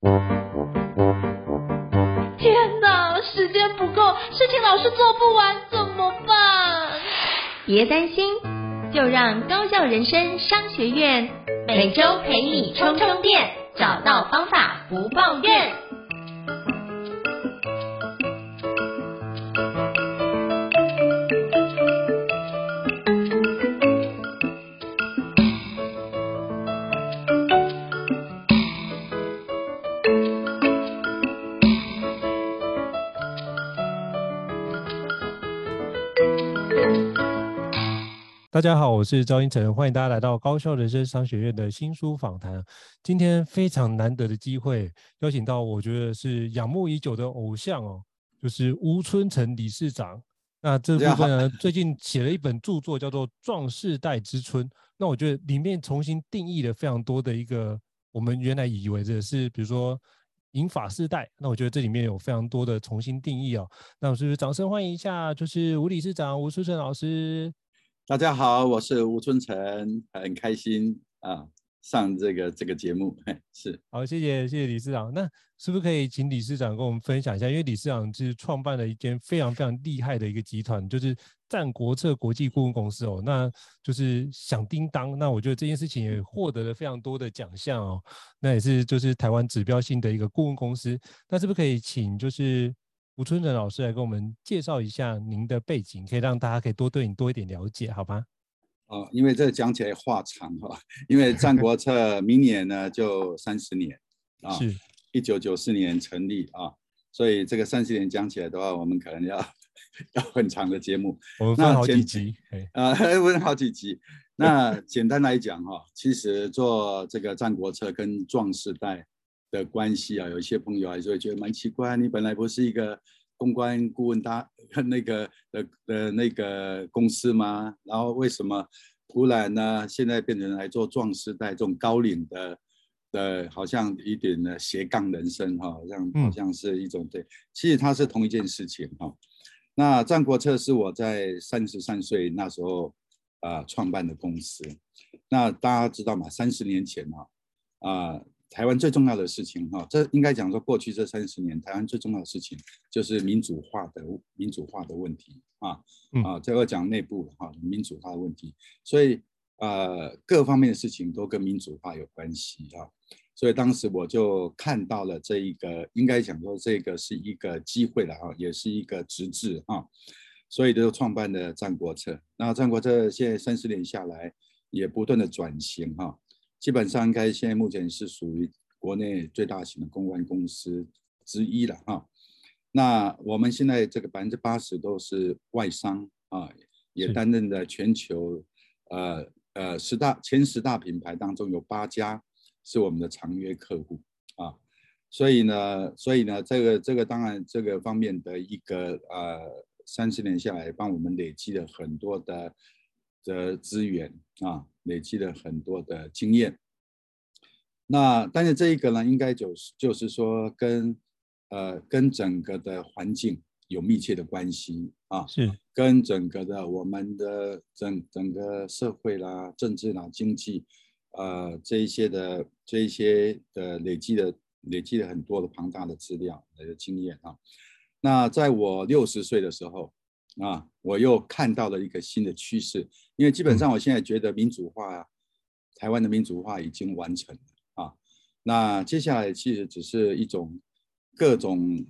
天哪，时间不够，事情老是做不完，怎么办？ 别担心，就让高效人生商学院每周陪你充充电，找到方法不抱怨。 大家好，我是赵英成，欢迎大家来到高效人生商学院的新书访谈。今天非常难得的机会，邀请到我觉得是仰慕已久的偶像哦，就是吴春成理事长。那这部分呢，最近写了一本著作叫做《壮世代之春》。那我觉得里面重新定义了非常多的一个我们原来以为的是，比如说银发世代。那我觉得这里面有非常多的重新定义哦。那我是不是掌声欢迎一下，就是吴理事长吴春成老师。 大家好，我是吴春成，很开心上这个节目。是， 好，谢谢理事长。那是不是可以请理事长跟我们分享一下？因为理事长是创办了一间非常非常厉害的一个集团，就是战国策国际顾问公司哦。那就是响叮当。那我觉得这件事情也获得了非常多的奖项哦。那也是就是台湾指标性的一个顾问公司。那是不是可以请就是吴春成老师来跟我们介绍一下您的背景，可以让大家可以对你多一点了解，好吗？ 因为这讲起来话长因为战国策明年呢就30年是 1994年成立所以这个30年讲起来的话，我们可能要很长的节目， 我们分好几集分好几集。那简单来讲其实做这个战国策跟壮世代的关系有一些朋友还是会觉得蛮奇怪，你本来不是一个公关顾问那个公司吗？然后为什么突然呢现在变成来做壮世代这种高龄的好像一点的斜杠人生好像是一种对，其实它是同一件事情那战国策是我在33岁那时候创办的公司。那大家知道嘛，30年前台湾最重要的事情这应该讲说过去这30年台湾最重要的事情就是民主化的问题这个讲内部民主化的问题，所以各方面的事情都跟民主化有关系所以当时我就看到了这一个，应该讲说这个是一个机会了也是一个职志所以就创办了战国策。那战国策现在30年下来也不断的转型基本上应该现在目前是属于国内最大型的公关公司之一了那我们现在这个80%都是外商也担任了全球前10大品牌当中有8家是我们的长约客户所以呢这个当然这个方面的一个30年下来帮我们累积了很多的资源累积了很多的经验。那但是这一个呢应该就是说跟整个的环境有密切的关系是跟整个的我们的整个社会啦政治啦经济这一些的累积了很多的庞大的资料的经验那在我60岁的时候我又看到了一个新的趋势，因为基本上我现在觉得民主化台湾的民主化已经完成了那接下来其实只是一种各种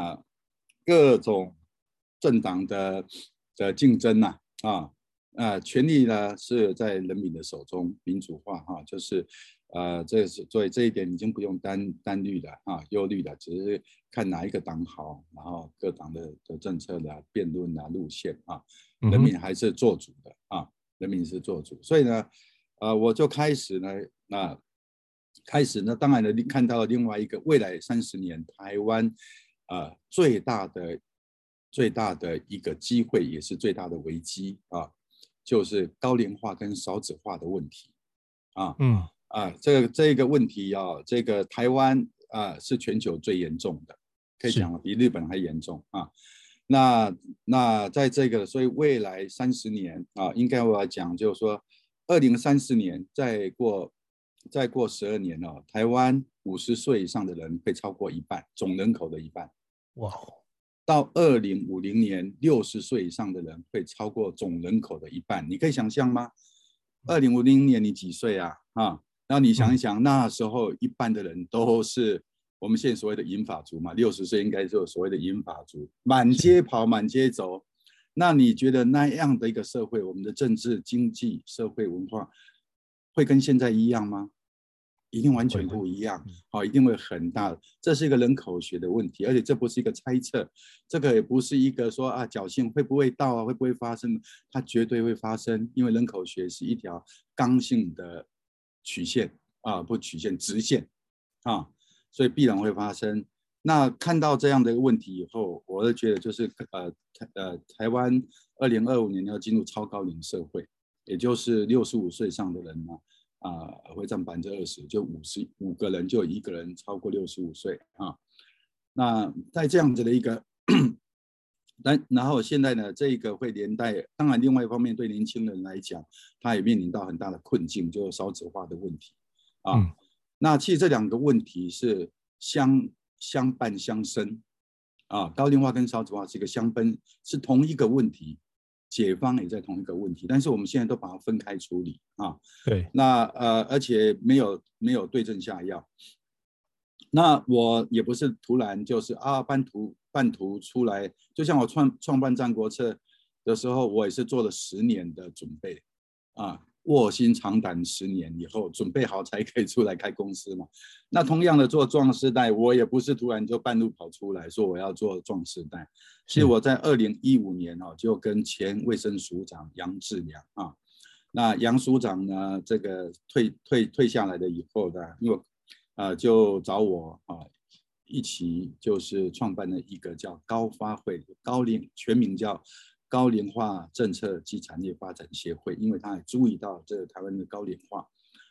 政党的竞争权力呢是在人民的手中，民主化就是所以这一点已经不用单虑的忧虑的，只是看哪一个党好，然后各党的政策的辩论路线人民还是做主的人民是做主。所以呢我就开始呢当然看到了另外一个未来30年台湾最大的一个机会，也是最大的危机就是高龄化跟少子化的问题这个问题这个台湾是全球最严重的，可以讲比日本还严重那在这个所以未来30年应该我要讲就是说2034年再过再过12年哦，台湾50岁以上的人会超过一半，总人口的一半。 哇， 到2050年，60岁以上的人会超过总人口的一半。你可以想象吗？2050年你几岁啊？然后你想一想，那时候一半的人都是我们现在所谓的银发族嘛，60岁应该就是所谓的银发族，满街跑，满街走。那你觉得那样的一个社会，我们的政治、经济、社会文化会跟现在一样吗？一定完全不一样，一定会很大的。这是一个人口学的问题，而且这不是一个猜测，这个也不是一个说侥幸会不会到啊，会不会发生？它绝对会发生，因为人口学是一条刚性的曲线不曲线，直线所以必然会发生。那看到这样的一个问题以后，我就觉得就是台湾2025年要进入超高龄社会，也就是65岁以上的人呢。会占20%，就55个人就有1个人超过65岁那在这样子的一个，然后现在呢，这个会连带，当然另外一方面对年轻人来讲，他也面临到很大的困境，就是少子化的问题那其实这2个问题是相伴相生高龄化跟少子化是一个相分，是同一个问题。解方也在同一个问题，但是我们现在都把它分开处理对， 那而且没有对症下药。那我也不是突然就是半途出来，就像我创办战国策的时候，我也是做了10年的准备卧薪尝胆10年以后，准备好才可以出来开公司嘛。那同样的做壮世代，我也不是突然就半路跑出来说我要做壮世代，是我在2015年就跟前卫生署长杨志良那杨署长呢，这个退下来了以后呢，因为就找我一起就是创办了一个叫高发会，全名叫高龄化政策及产业发展协会，因为他也注意到这个台湾的高龄化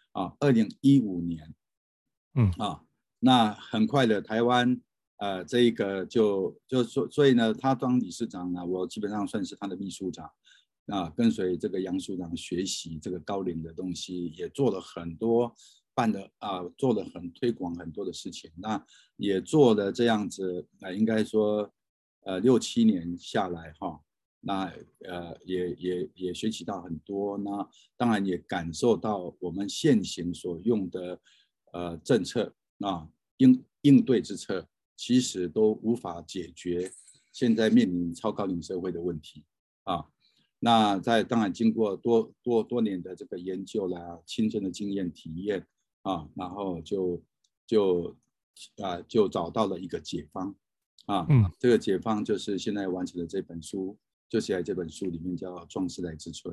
2015年那很快的台湾这一个所以呢，他当理事长呢，我基本上算是他的秘书长跟随这个杨署长学习这个高龄的东西，也做了很多做了推广很多的事情，那也做了这样子应该说6、7年下来那也学习到很多，那当然也感受到我们现行所用的政策应对之策，其实都无法解决现在面临超高龄社会的问题那当然经过多年的这个研究啦，亲身的经验体验然后就找到了一个解方这个解方就是现在完成的这本书。就写在这本书里面叫《壮世代之春》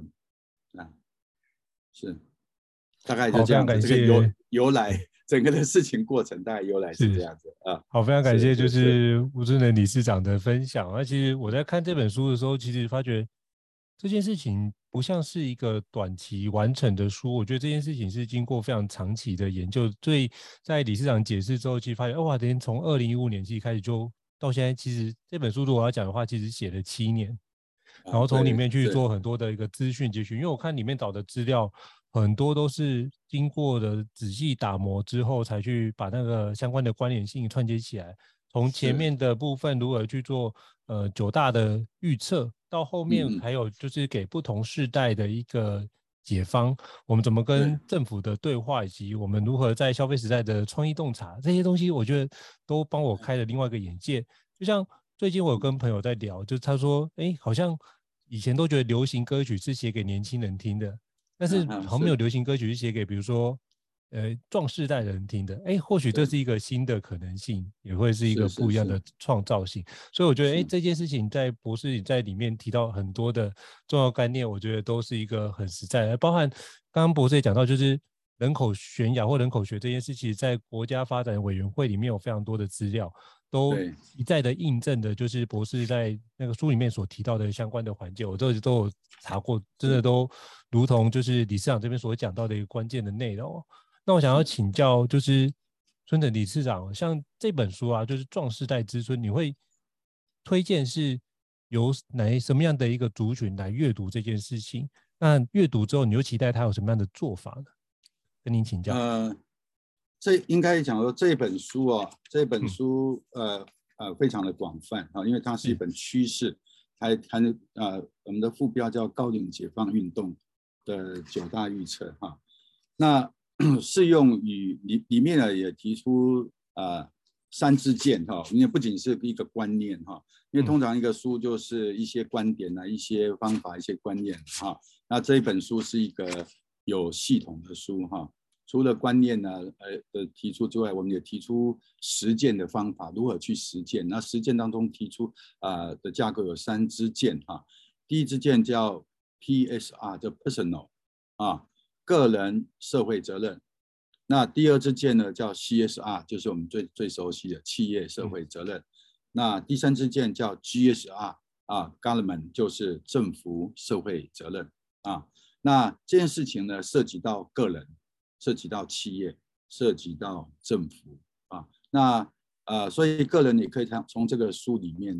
是大概就这样子。这个由来整个的事情过程大概由来是这样子好，非常感谢就是吴尊仁理事长的分享。那其实我在看这本书的时候，其实发觉这件事情不像是一个短期完成的书，我觉得这件事情是经过非常长期的研究。所以在理事长解释之后，其实发现哇，从2015年其实开始就到现在，其实这本书如果要讲的话，其实写了7年。然后从里面去做很多的一个资讯截取，因为我看里面找的资料很多都是经过的仔细打磨之后，才去把那个相关的关联性串接起来。从前面的部分如何去做9大的预测，到后面还有就是给不同世代的一个解方，我们怎么跟政府的对话，以及我们如何在消费时代的创意洞察，这些东西我觉得都帮我开了另外一个眼界。就像最近我有跟朋友在聊，就是他说好像以前都觉得流行歌曲是写给年轻人听的，但是好像没有流行歌曲是写给比如说壮世代的人听的。或许这是一个新的可能性，也会是一个不一样的创造性。所以我觉得这件事情在博士在里面提到很多的重要概念，我觉得都是一个很实在的。包含刚刚博士也讲到，就是人口悬崖或人口学这件事情，在国家发展委员会里面有非常多的资料，都一再的印证的，就是博士在那个书里面所提到的相关的环节，我都有查过，真的都如同就是理事长这边所讲到的一个关键的内容。那我想要请教就是孙成理事长，像这本书就是《壮世代之春》，你会推荐是由什么样的一个族群来阅读这件事情？那阅读之后，你又期待他有什么样的做法呢？ 跟您请教。 这应该讲说这本书哦，这本书非常的广泛啊，因为它是一本趋势，我们的副标叫高龄解放运动的9大预测哈。那适用于里面呢也提出3支箭哈，因为不仅是一个观念哈，因为通常一个书就是一些观点一些方法、一些观念哈。那这一本书是一个有系统的书哈，除了观念呢的提出之外，我们也提出实践的方法，如何去实践。那实践当中提出的架构有3支箭哈。第一支箭叫 PSR， 叫 Personal 个人社会责任。那第二支箭呢叫 CSR， 就是我们最熟悉的企业社会责任。那第3支箭叫 GSR Government， 就是政府社会责任那这件事情呢涉及到个人，涉及到企业，涉及到政府所以个人也可以从这个书里面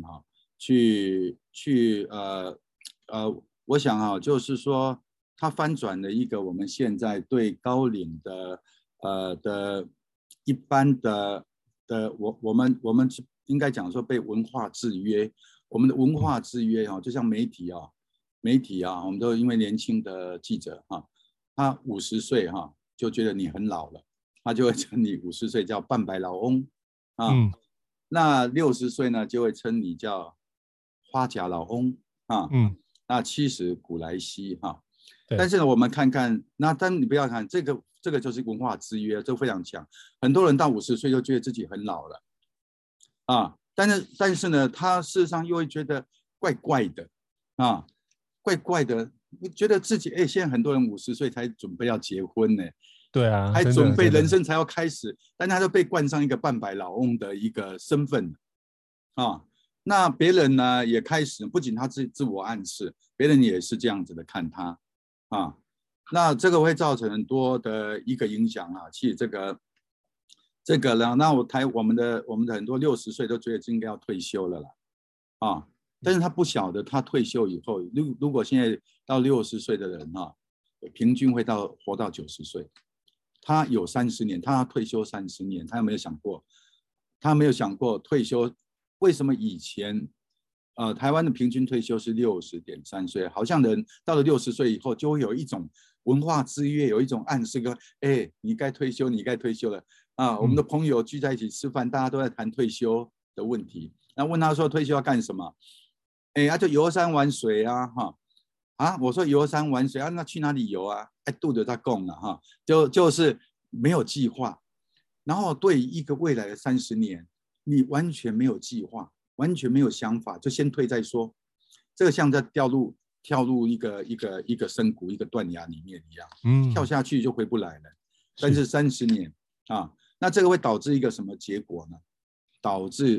我想就是说它翻转了一个我们现在对高龄的一般的我们应该讲说被文化制约，我们的文化制约就像媒体我们都因为年轻的记者他50岁就觉得你很老了，他就会称你50岁叫半白老翁那60岁呢就会称你叫花甲老翁那70古来稀但是呢我们看看，但你不要看这个就是文化制约，这个非常强。很多人到50岁就觉得自己很老了但是呢他事实上又会觉得怪怪的怪怪的，觉得自己现在很多人50岁才准备要结婚呢， 对啊， 还准备人生才要开始，但他就被冠上一个半白老翁的一个身份那别人呢也开始，不仅他自我暗示，别人也是这样子的看他那这个会造成很多的一个影响其实这个呢，那我们的很多60岁都觉得应该要退休了啦但是他不晓得他退休以后，如果现在到60岁的人平均会活到90岁，他有30年，他要退休30年，他有没有想过？他没有想过退休为什么以前台湾的平均退休是60.3岁，好像人到了60岁以后就会有一种文化制约，有一种暗示说你该退休，你该退休了我们的朋友聚在一起吃饭，大家都在谈退休的问题，那问他说退休要干什么？就游山玩水我说游山玩水那去哪里游肚子在供了就是没有计划，然后对一个未来的30年你完全没有计划，完全没有想法，就先退再说，这个像在跳入一个深谷一个断崖里面一样跳下去就回不来了。但是30年那这个会导致一个什么结果呢？导致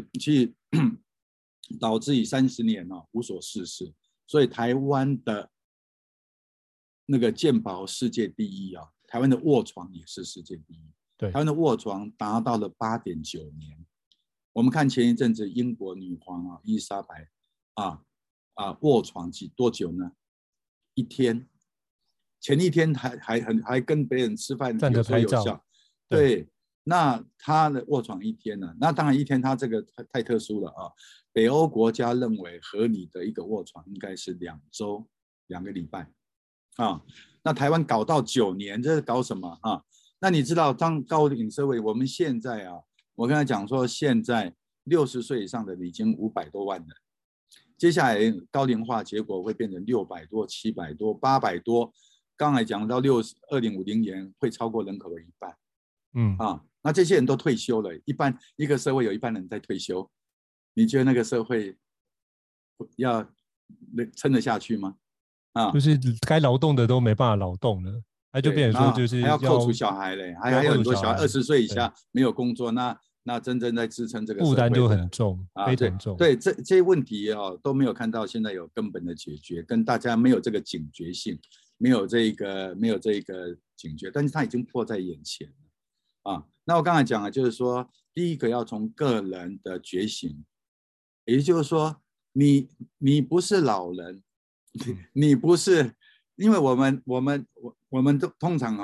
以30年无所事事，所以台湾的那个健保世界第一台湾的卧床也是世界第一， 对， 台湾的卧床达到了8.9年。我们看前一阵子英国女皇伊丽莎白卧床多久呢？1天，前1天还跟别人吃饭站着拍照， 对，那他的卧床1天呢？那当然1天他这个太特殊了北欧国家认为合理的一个卧床应该是2周2个礼拜那台湾搞到9年，这是搞什么那你知道当高龄社会，我们现在我刚才讲说现在60岁以上的已经500多万人，接下来高龄化结果会变成600多、700多、800多，刚才讲到2050年会超过人口的1半那这些人都退休了，一个社会有1半人在退休，你觉得那个社会要撑得下去吗？ 就是该劳动的都没办法劳动了，就变成说就是还要扣除小孩嘞，还有很多小孩20岁以下没有工作，那真正在支撑这个社会负担就很重，非常重。 对，这些问题都没有看到现在有根本的解决，跟大家没有这个警觉性，没有这个警觉，但是它已经迫在眼前了那我刚才讲的就是说，第一个要从个人的觉醒，也就是说你不是老人你不是，因为我们都通常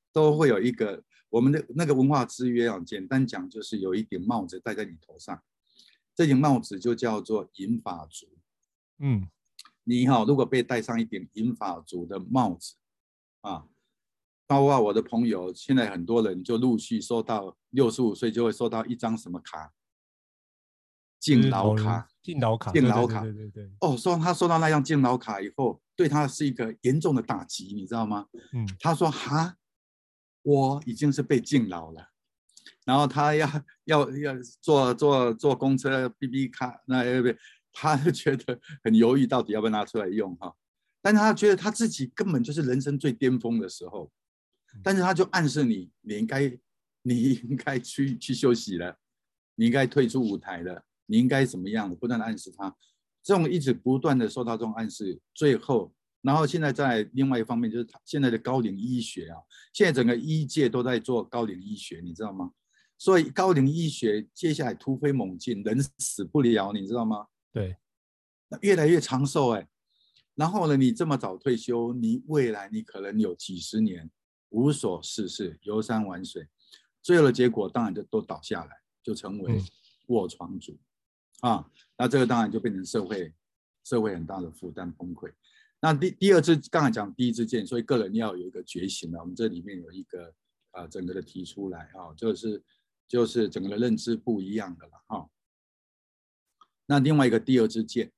都会有一个我们的那个文化制约啊，简单讲就是有一顶帽子戴在你头上，这顶帽子就叫做银发族。你如果被戴上一顶银发族的帽子啊，包括我的朋友，现在很多人就陆续收到65岁就会收到一张什么卡，敬老卡。 敬老卡，对。 说他收到那张敬老卡以后，对他是一个严重的打击，你知道吗？他说我已经是被敬老了，然后他要坐公车 BB 卡，他就觉得很犹豫，到底要不要拿出来用哈。但是他觉得他自己根本就是人生最巅峰的时候，但是他就暗示你应该去休息了，你应该退出舞台了，你应该怎么样的，不断的暗示他。这种一直不断的受到这种暗示，最后，然后现在在另外一方面就是现在的高龄医学啊，现在整个医界都在做高龄医学，你知道吗？所以高龄医学接下来突飞猛进，人死不了，你知道吗？ 对， 越来越长寿然后呢，你这么早退休，你未来你可能有几十年无所事事，游山玩水，最后的结果当然就都倒下来，就成为卧床族那这个当然就变成社会很大的负担崩溃。那第二支刚才讲第一支箭，所以个人要有一个觉醒我们这里面有一个整个的提出来就是整个的认知不一样的了那另外一个第二支箭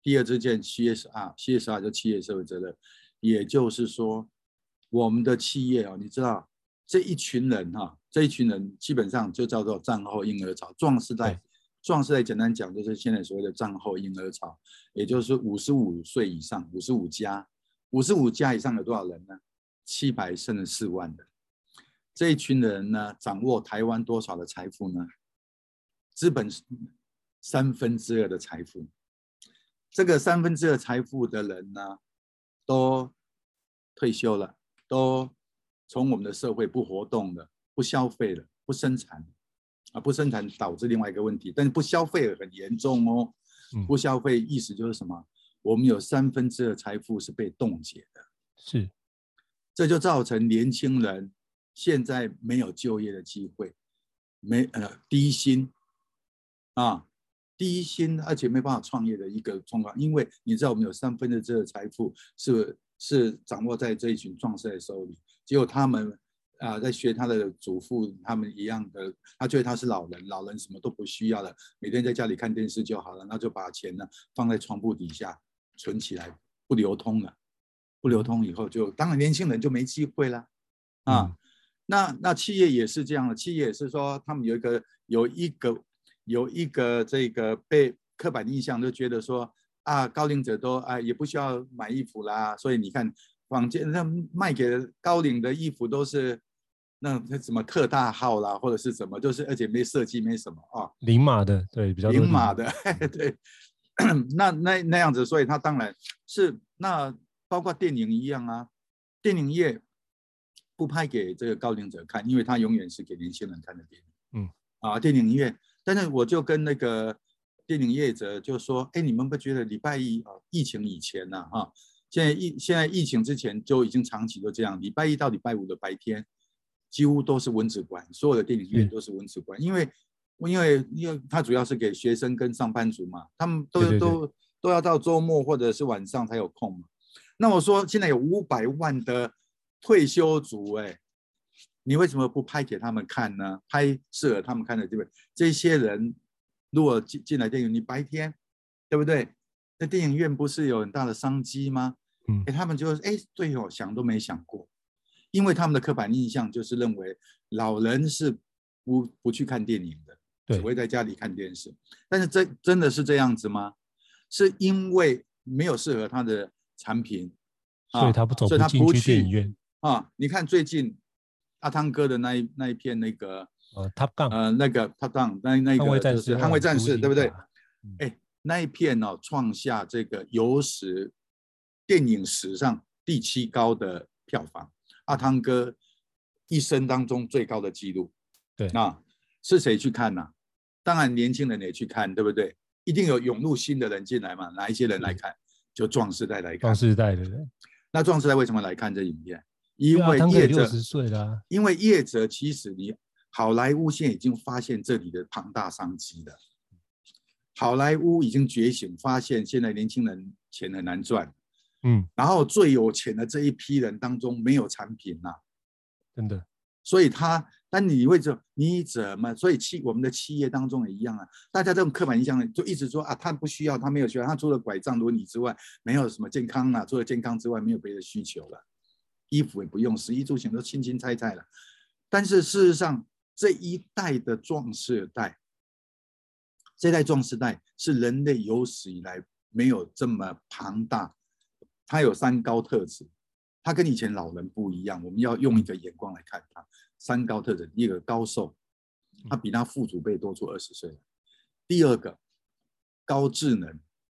CSR 就企业社会责任，也就是说我们的企业你知道这一群人基本上就叫做战后婴儿潮，壮世代简单讲就是现在所谓的战后婴儿潮，也就是55岁以上，55加以上有多少人呢？700甚至4万人。这一群人呢，掌握台湾多少的财富呢？资本2/3的财富。这个2/3财富的人呢，都退休了，都从我们的社会不活动了，不消费了，不生产不生产导致另外一个问题，但是不消费很严重不消费意思就是什么？我们有2/3的财富是被冻结的， 是， 这就造成年轻人现在没有就业的机会，低薪低薪，而且没办法创业的一个状况，因为你知道我们有1/3的财富是掌握在这一群壮世代手里，结果他们在学他的祖父他们一样的，他觉得他是老人什么都不需要了，每天在家里看电视就好了，那就把钱呢放在床铺底下存起来，不流通了，不流通以后就当然年轻人就没机会了那企业也是这样的，企业也是说他们有一个这个被刻板印象，就觉得说高龄者都也不需要买衣服啦，所以你看坊间卖给高龄的衣服都是那什么特大号啦，或者是什么，就是而且没设计没什么零码的，对，比较零码的对那样子，所以他当然是那包括电影一样电影业不拍给这个高龄者看，因为他永远是给年轻人看的电影电影业。但是我就跟那个电影业者就说你们不觉得礼拜一疫情以前现在疫情之前就已经长期都这样，礼拜一到礼拜五的白天几乎都是蚊子馆，所有的电影院都是蚊子馆，因为它主要是给学生跟上班族嘛，他们都要到周末或者是晚上才有空嘛。那我说现在有500万的退休族你为什么不拍给他们看呢？拍适合他们看的，对不对？这些人如果进来电影，你白天对不对？那电影院不是有很大的商机吗？他们就对想都没想过，因为他们的刻板印象就是认为老人是不去看电影的，只会在家里看电视。但是真的是这样子吗？是因为没有适合他的产品， 所以他不进去电影院你看最近阿汤哥的那一片那个 Top Gun 那个 Top Gun 那个就是捍卫战士，对不对？那一片创下这个电影史上第7高的票房，阿汤哥一生当中最高的纪录。 对， 是谁去看呢？当然年轻人也去看，对不对？一定有涌入新的人进来嘛？哪一些人来看？就壮世代来看。 壮世代的人。 那壮世代为什么来看这影片？ 因为业者 60岁了， 因为业者其实好莱坞现在已经发现这里的庞大商机了。好莱坞已经觉醒，发现现在年轻人钱很难赚，然后最有钱的这一批人当中没有产品真的。 所以但你会说你怎么？所以我们的企业当中也一样大家这种刻板印象就一直说他不需要，他没有需要，他除了拐杖、轮椅之外，没有什么健康除了健康之外，没有别的需求了。衣服也不用，食衣住行都清清菜菜了。但是事实上，这一代的壮世代。这代壮世代是人类有史以来没有这么庞大，它有3高特质，它跟以前老人不一样，我们要用一个眼光来看它。3高特质，第一个高寿，它比他父祖辈多出20岁。第二个高智能，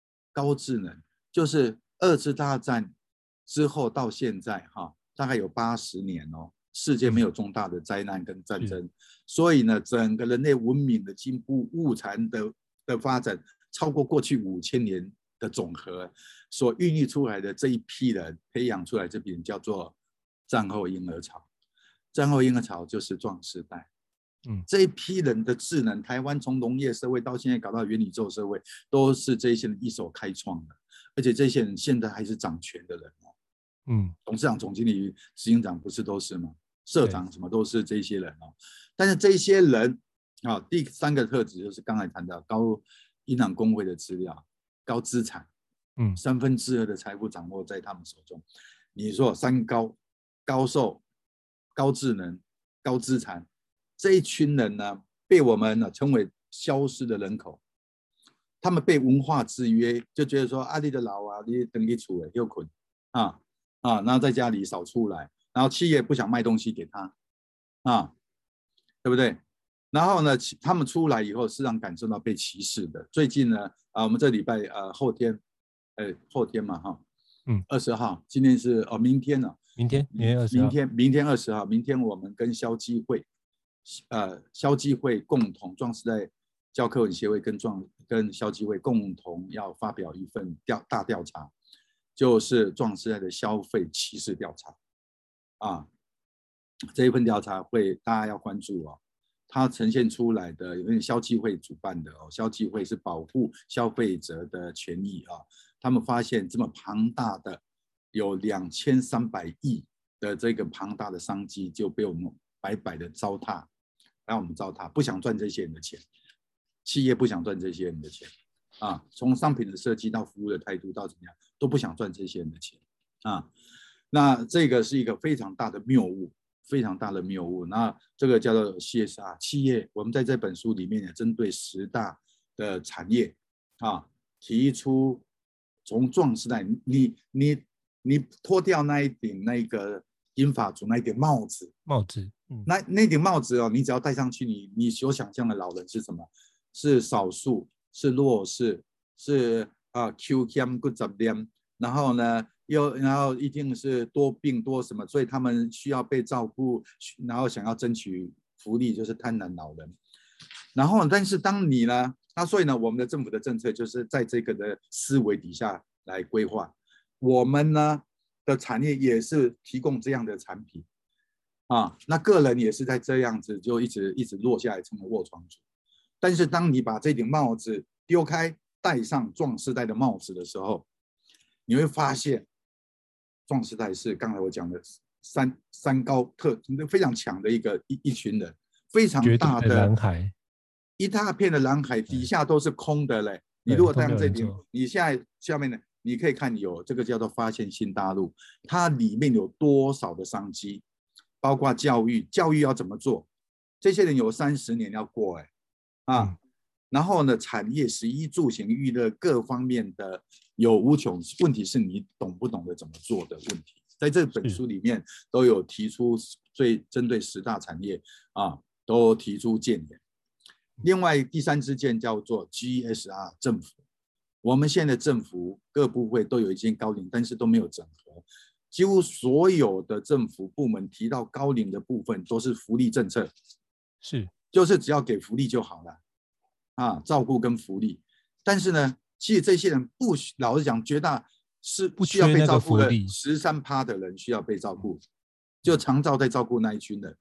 就是2次大战之后到现在大概有80年世界没有重大的灾难跟战争，所以呢，整个人类文明的进步、物产的发展，超过过去5000年的总和所孕育出来的这一批人，培养出来这批人叫做战后婴儿潮。战后婴儿潮就是壮世代。这一批人的智能，台湾从农业社会到现在搞到元宇宙社会，都是这些人一手开创的，而且这些人现在还是掌权的人董事长、总经理、执行长不是都是吗？社长什么都是这些人但是这些人第3个特质就是刚才谈到高银行公会的资料，高资产，2/3的财富掌握在他们手中。你说3高：高寿、高智能、高资产，这一群人呢，被我们称为消失的人口。他们被文化制约，就觉得说你的老你等你厝的又困然后在家里少出来。然后企业不想卖东西给他对不对？然后呢，他们出来以后是让感受到被歧视的。最近呢我们这礼拜后天嘛20号，今天是明天明天 20号，明天我们跟消基会共同，壮世代教科文协会跟消基会共同要发表一份大调查，就是壮世代的消费歧视调查这一份调查会大家要关注它呈现出来的，因为消基会主办的消基会是保护消费者的权益他们发现这么庞大的有2300亿的这个庞大的商机就被我们白白的糟蹋，让我们糟蹋，不想赚这些人的钱，企业不想赚这些人的钱从商品的设计到服务的态度到怎么样，都不想赚这些人的钱那这个是一个非常大的谬误，那这个叫做 CSR 企业。我们在这本书里面也针对10大的产业提出，从壮世代，你脱掉那一顶那个银发族那一顶帽子，那顶帽子你只要戴上去，你所想象的老人是什么？是少数，是弱势，是Q 欠骨折念，然后呢？然后一定是多病多什么，所以他们需要被照顾，然后想要争取福利，就是贪婪老人。然后，但是当你呢，所以呢，我们的政府的政策就是在这个的思维底下来规划。我们呢的产业也是提供这样的产品那个人也是在这样子就一直落下来成为卧床族。但是当你把这顶帽子丢开，戴上壮世代的帽子的时候，你会发现。壮世代是刚才我讲的三高特非常强的一群人，非常大的蓝海， 一大片的蓝海，底下都是空的嘞。你如果戴上这顶，你现在下面呢，你可以看有这个叫做发现新大陆，它里面有多少的商机，包括教育要怎么做，这些人有30年要过然后呢，产业、食衣住行、娱乐各方面的有无穷，问题是你懂不懂得怎么做的问题。在这本书里面都有提出，针对10大产业都提出建言。另外第3支箭叫做 GSR 政府，我们现在的政府各部会都有一间高龄，但是都没有整合。几乎所有的政府部门提到高龄的部分都是福利政策，就是只要给福利就好了。照顾跟福利，但是呢，其实这些人老实讲，绝大是不需要被照顾的，13%的人需要被照顾就长照在照顾那一群人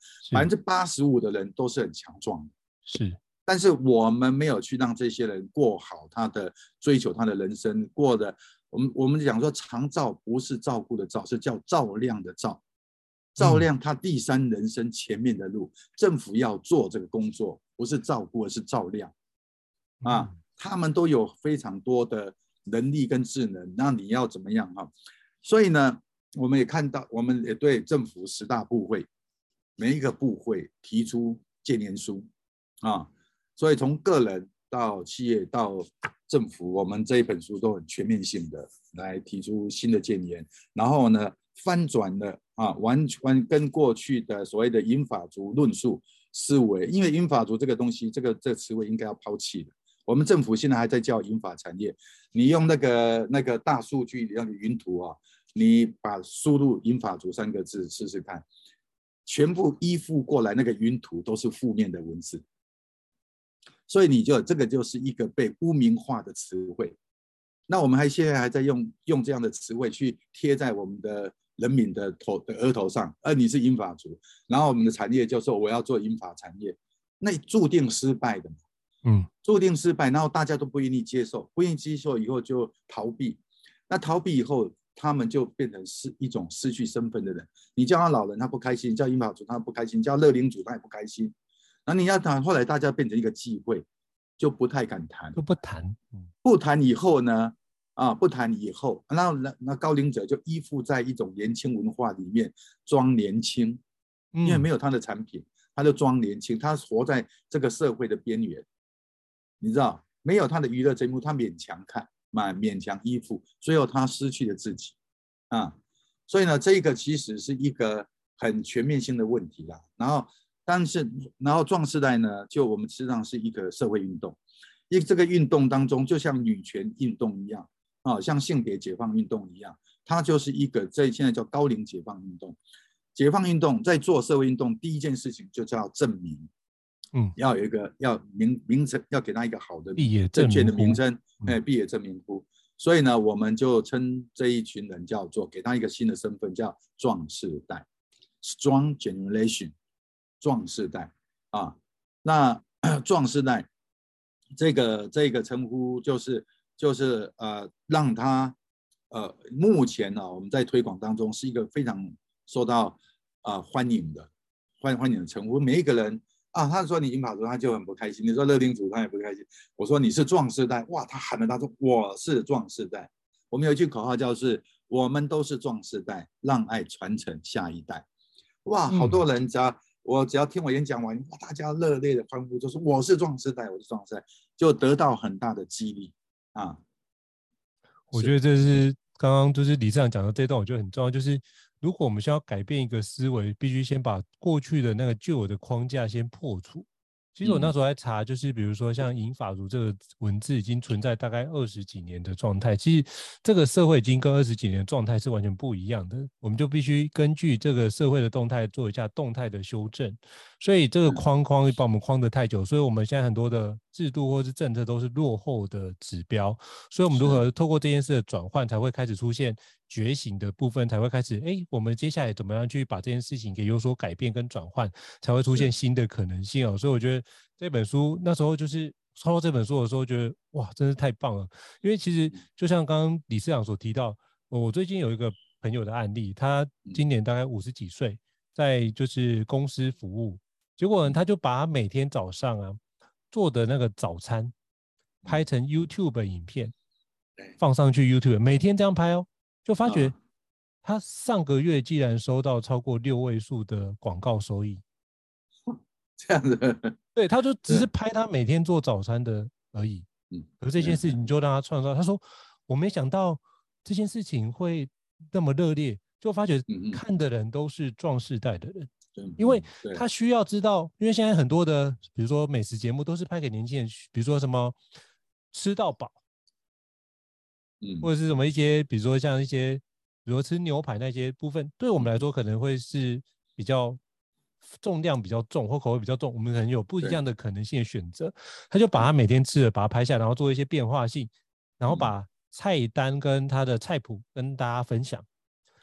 ，85%的人都是很强壮的， 是。 但是我们没有去让这些人过好他的追求他的人生，过的我们讲说长照不是照顾的照，是叫照亮的照，照亮他第三人生前面的路。政府要做这个工作，不是照顾，而是照亮啊。他们都有非常多的能力跟智能，那你要怎么样哈？所以呢，我们也看到，我们也对政府10大部会每一个部会提出建言书啊。所以从个人到企业到政府，我们这一本书都很全面性的来提出新的建言，然后呢翻转了完全跟过去的所谓的银发族论述思维，因为银发族这个东西，这个词汇应该要抛弃的。我们政府现在还在叫银发产业，你用那个大数据那个云图你把输入银发族3个字试试看，全部依附过来那个云图都是负面的文字。所以这个就是一个被污名化的词汇。那我们现在还在用这样的词汇去贴在我们的人民的额头上，你是银发族，然后我们的产业就说我要做银发产业，那注定失败的嘛。注定失败，然后大家都不愿意接受，不愿意接受以后就逃避，那逃避以后他们就变成一种失去身份的人。你叫他老人他不开心，叫银发族他不开心，叫乐龄族他也不开心。那你要谈，后来大家变成一个忌讳，就不太敢谈， 就不谈。 不谈以后呢，不谈以后，那高龄者就依附在一种年轻文化里面装年轻，因为没有他的产品，他就装年轻，他活在这个社会的边缘，你知道，没有他的娱乐节目，他勉强看，勉强依附，最后他失去了自己所以呢，这个其实是一个很全面性的问题啦。然后壮世代呢，就我们实际上是一个社会运动，这个运动当中，就像女权运动一样像性别解放运动一样，它就是一个现在叫高龄解放运动。解放运动在做社会运动，第一件事情就叫证明，要有一个名称，要给他一个好的正确的名称，毕业证明书。所以呢，我们就称这一群人叫做，给他一个新的身份，叫壮世代 ，Strong Generation。壮世代那壮世代这个称呼就是让他目前我们在推广当中是一个非常受到欢迎的称呼。每一个人他说你银发族他就很不开心，你说乐龄族他也不开心。我说你是壮世代，哇，他喊了，他说我是壮世代。我们有一句口号叫是我们都是壮世代，让爱传承下一代。哇，好多人只要听我演讲完，大家热烈的欢呼，就说我是壮世代，我是壮世代，就得到很大的激励我觉得这是刚刚就是理事长讲的这一段，我觉得很重要，就是如果我们需要改变一个思维，必须先把过去的那个旧有的框架先破除。其实我那时候在查，就是比如说像银发族这个文字已经存在大概20几年的状态，其实这个社会已经跟20几年的状态是完全不一样的，我们就必须根据这个社会的动态做一下动态的修正。所以这个框把我们框得太久，所以我们现在很多的制度或是政策都是落后的指标，所以我们如何透过这件事的转换，才会开始出现觉醒的部分，才会开始我们接下来怎么样去把这件事情给有所改变跟转换，才会出现新的可能性所以我觉得这本书那时候就是抄到这本书的时候，觉得哇，真是太棒了。因为其实就像刚刚理事长所提到，我最近有一个朋友的案例，他今年大概50几岁，在就是公司服务，结果呢他就把他每天早上做的那个早餐拍成 YouTube 影片，放上去 YouTube， 每天这样拍就发觉他上个月竟然收到超过6位数的广告收益。 这样子， 对，他就只是拍他每天做早餐的而已。可是这件事情就让他创造，他说我没想到这件事情会那么热烈，就发觉看的人都是壮世代的人，因为他需要知道，因为现在很多的比如说美食节目都是拍给年轻人，比如说什么吃到饱，或者是什么一些比如说像一些比如说吃牛排那些部分，对我们来说可能会是比较重量比较重或口味比较重，我们可能有不一样的可能性的选择。他就把他每天吃的把它拍下，然后做一些变化性，然后把菜单跟他的菜谱跟大家分享。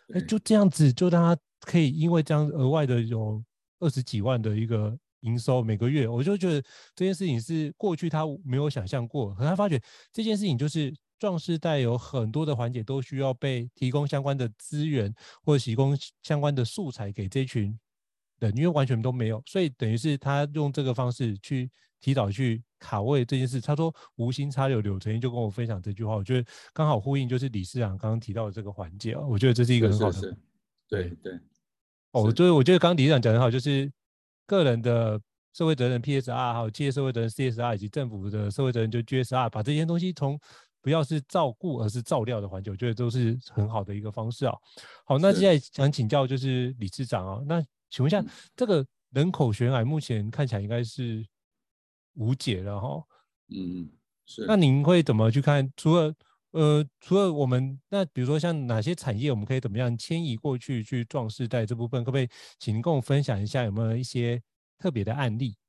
就这样子就让他可以因为这样额外的有20几万的一个营收每个月，我就觉得这件事情是过去他没有想象过，可他发觉这件事情就是壮世代有很多的环节都需要被提供相关的资源或者提供相关的素材给这群人，因为完全都没有，所以等于是他用这个方式去提早去卡位这件事。他说无心插柳柳成荫，就跟我分享这句话，我觉得刚好呼应就是理事长刚刚提到的这个环节，我觉得这是一个很好的。 是对对。 我觉得刚刚理事长讲得好，就是个人的社会责任 PSR， 还有企业社会责任 CSR， 以及政府的社会责任就 GSR， 把这些东西从不要是照顾而是照料的环节，我觉得都是很好的一个方式啊。好，那接下来想请教就是理事长啊，那请问一下，这个人口悬崖目前看起来应该是无解了哈。 是。 那您会怎么去看？除了我们，那比如说像哪些产业我们可以怎么样迁移过去去壮世代这部分，可不可以请您跟我分享一下有没有一些特别的案例？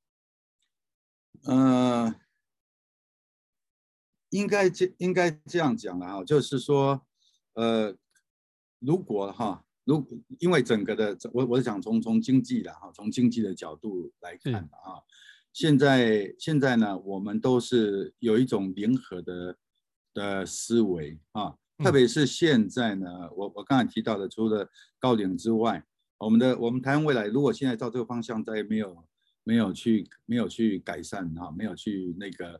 应该这样讲了哈，就是说，如果因为整个的我想从经济的哈，从经济的角度来看啊，现在呢，我们都是有一种联合的思维啊，特别是现在呢，我刚才提到的，除了高龄之外，我们台湾未来如果现在照这个方向再没有去改善啊，没有去那个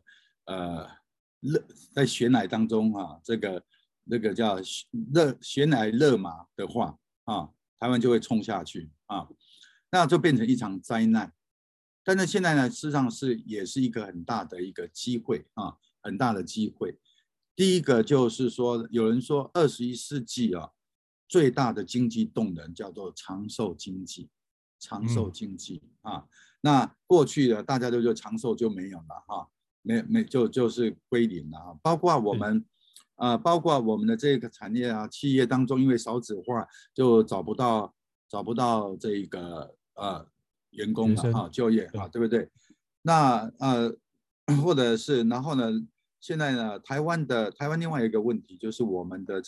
在悬崖当中啊，那个叫悬崖勒马的话啊，台湾就会冲下去啊，那就变成一场灾难。但是现在呢，事实上也是一个很大的一个机会啊，很大的机会。第一个就是说，有人说21世纪啊，最大的经济动能叫做长寿经济，长寿经济啊。那过去的大家都说长寿就没有了哈，就是归零了啊。包括我们的这个产业啊，企业当中，因为少子化，就找不到这个员工了哈，就业啊，对不对？那或者是然后呢？现在呢，台湾另外一个问题就是我们在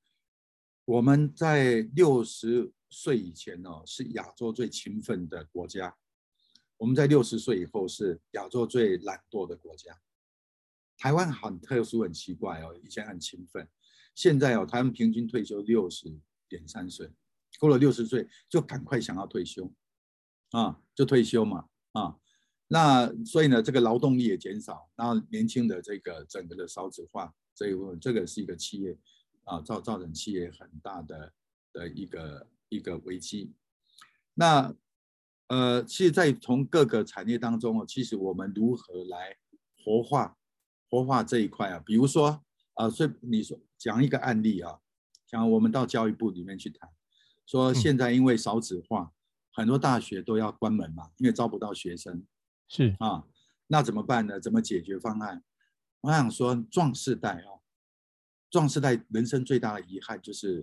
60岁以前哦，是亚洲最勤奋的国家，我们在60岁以后是亚洲最懒惰的国家。台湾很特殊，很奇怪哦，以前很勤奋，现在哦，台湾平均退休60.3岁，过了60岁就赶快想要退休啊，就退休嘛啊。那所以呢，这个劳动力也减少，然后年轻的这个整个的少子化这一部分，这个是一个企业啊造成企业很大的一个危机。那其实，在从各个产业当中其实我们如何来活化这一块啊？比如说所以你说讲一个案例啊，讲我们到教育部里面去谈，说现在因为少子化，很多大学都要关门嘛，因为招不到学生。 是啊，那怎么办呢？怎么解决方案？我想说，壮世代人生最大的遗憾就是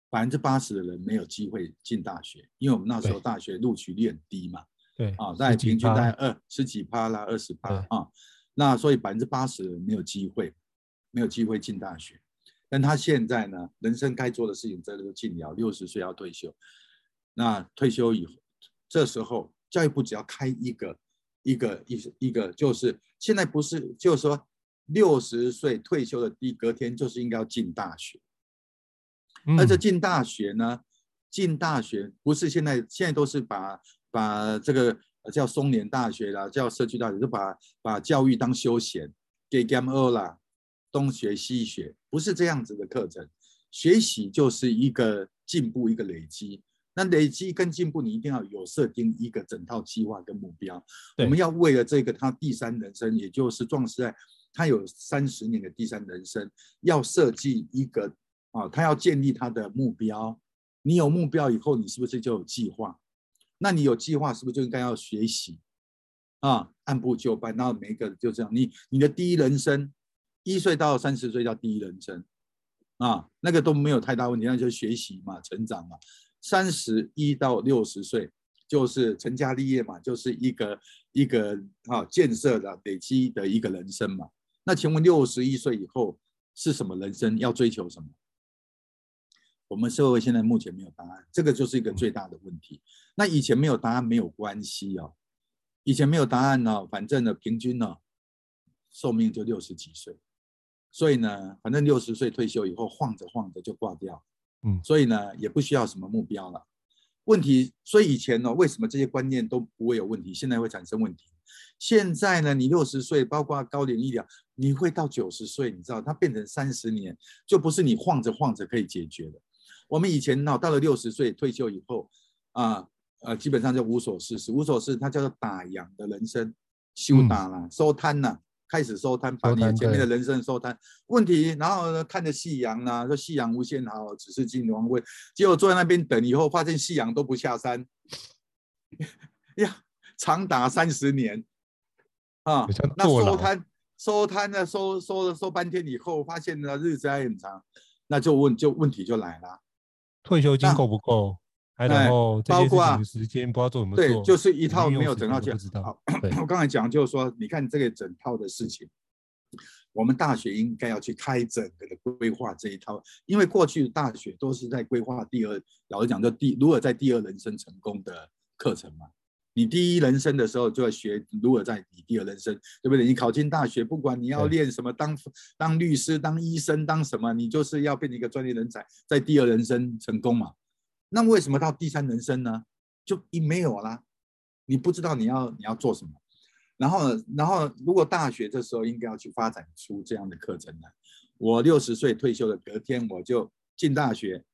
80%的人没有机会进大学，因为我们那时候大学录取率很低嘛， 对啊，大概平均大概10几%啦，20%啊，那所以80%的人没有机会进大学。但他现在呢，人生该做的事情这都尽了，60岁要退休，那退休以后，这时候教育部只要开一个，就是现在不是，就是说60岁退休的隔天就是应该要进大学。而且进大学呢，不是现在都是把这个叫松联大学啦，叫社区大学，就把教育当休闲，给 game 啦，东学西学，不是这样子的课程。学习就是一个进步，一个累积。那累积跟进步，你一定要有设定一个整套计划跟目标。我们要为了这个他第三人生，也就是壮世代，他有30年的第三人生，要设计一个他要建立他的目标。你有目标以后，你是不是就有计划？那你有计划，是不是就应该要学习按部就班？然后每一个就这样，你的第一人生，1岁到30岁叫第一人生那个都没有太大问题，那就是学习嘛，成长嘛。31到60岁就是成家立业嘛，就是一个建设的累积的一个人生嘛。那请问61岁以后是什么人生？要追求什么？ 我们社会现在目前没有答案，这个就是一个最大的问题。那以前没有答案没有关系哦，以前没有答案呢，反正呢平均呢寿命就60几岁，所以呢反正60岁退休以后晃着晃着就挂掉，所以呢也不需要什么目标了。问题，所以以前呢为什么这些观念都不会有问题，现在会产生问题？现在呢你60岁，包括高龄医疗，你会到90岁，你知道它变成30年，就不是你晃着晃着可以解决的。我们以前到了60岁退休以后基本上就无所事事，无所事它叫做打烊的人生，休打了，收摊了，开始收摊，把你前面的人生收摊。问题，然后呢看着夕阳呢，说夕阳无限好，只是近王位。结果坐在那边等以后，发现夕阳都不下山，呀，长达30年啊！那收摊呢，收半天以后，发现呢日子还很长，那问题就来了， 退休金够不够？然后这些事情的时间不知道怎么做， 对，就是一套没有整套不知道。 我刚才讲就是说，你看这个整套的事情，我们大学应该要去开整个的规划这一套，因为过去大学都是在规划老实讲就如何在第二人生成功的课程嘛。你第一人生的时候就要学如何在你第二人生，对不对？你考进大学，不管你要练什么，当律师、当医生、当什么，你就是要变成一个专业人才，在第二人生成功嘛。那为什么到第三人生呢？就没有啦，你不知道你要做什么。然后如果大学这时候应该要去发展出这样的课程来。我60岁退休的隔天我就进大学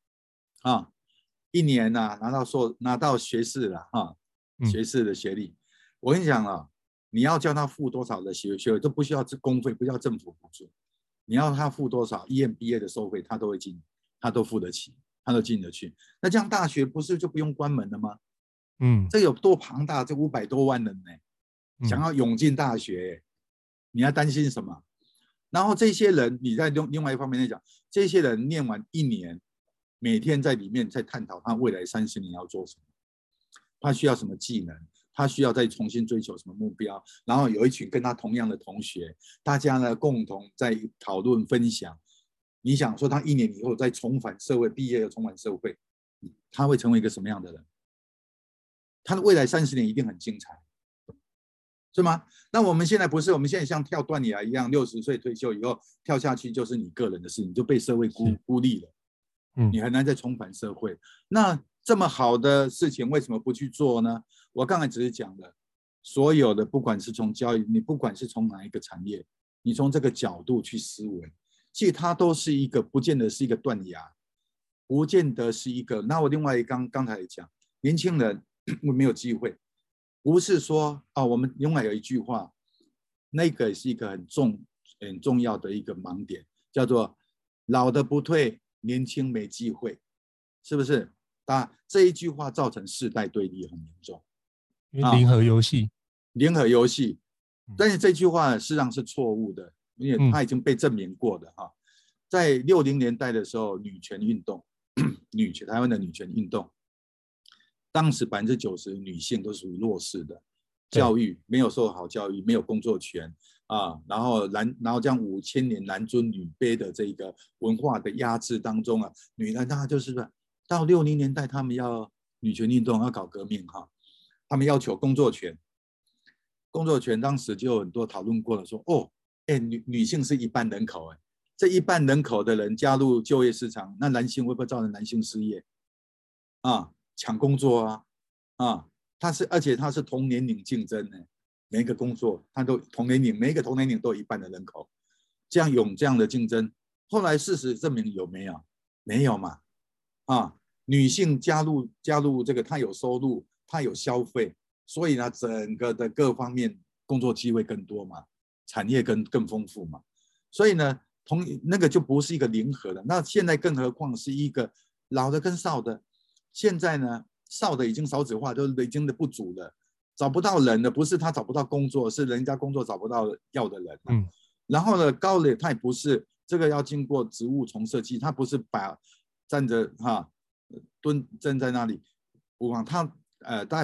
1年拿到学士了学士的学历。我跟你讲你要叫他付多少的学费都不需要公费，不需要政府补助，你要他付多少 EMBA 的收费他都会进，他都付得起，他都进得去。那这样大学不是就不用关门了吗？这有多庞大，这500多万人呢，想要涌进大学，你要担心什么？然后这些人，你在另外一方面来讲，这些人念完1年，每天在里面在探讨他未来30年要做什么，他需要什么技能，他需要再重新追求什么目标，然后有一群跟他同样的同学，大家呢共同在讨论分享。你想说他1年以后再重返社会，毕业又重返社会，他会成为一个什么样的人？他的未来30年一定很精彩，是吗？那我们现在不是，我们现在像跳断崖一样，60岁退休以后跳下去就是你个人的事，你就被社会孤立了，你很难再重返社会。那这么好的事情为什么不去做呢？我刚才只是讲了，所有的不管是从教育，你不管是从哪一个产业，你从这个角度去思维，其实它都是一个，不见得是一个断崖，不见得是一个。那我另外刚才也讲，年轻人没有机会，不是说我们另外有一句话，那个是一个很重要的一个盲点，叫做老的不退，年轻没机会，是不是？这一句话造成世代对立很严重， 因为零和游戏，但是这句话事实上是错误的，因为它已经被证明过的在60年代的时候，女权运动，台湾的女权运动，当时90%女性都属于弱势的，教育没有受好教育，没有工作权然后这样5000年男尊女卑的这个文化的压制当中女人她就是到60年代他们要女权运动要搞革命他们要求工作权，当时就有很多讨论过了，说女性是一半人口这一半人口的人加入就业市场，那男性会不会造成男性失业抢工作而且它是同年龄竞争每一个工作它都同年龄，每一个同年龄都有一半的人口，这样的竞争，后来事实证明有没有？没有嘛女性加入这个，她有收入，她有消费，所以呢整个的各方面工作机会更多嘛，产业更丰富嘛，所以呢那个就不是一个零和的。那现在更何况是一个老的跟少的，现在呢少的已经少子化，都已经的不足了，找不到人了，不是他找不到工作，是人家工作找不到要的人然后呢高的他也不是这个要经过职务重设计，他不是把站着站在那里他大概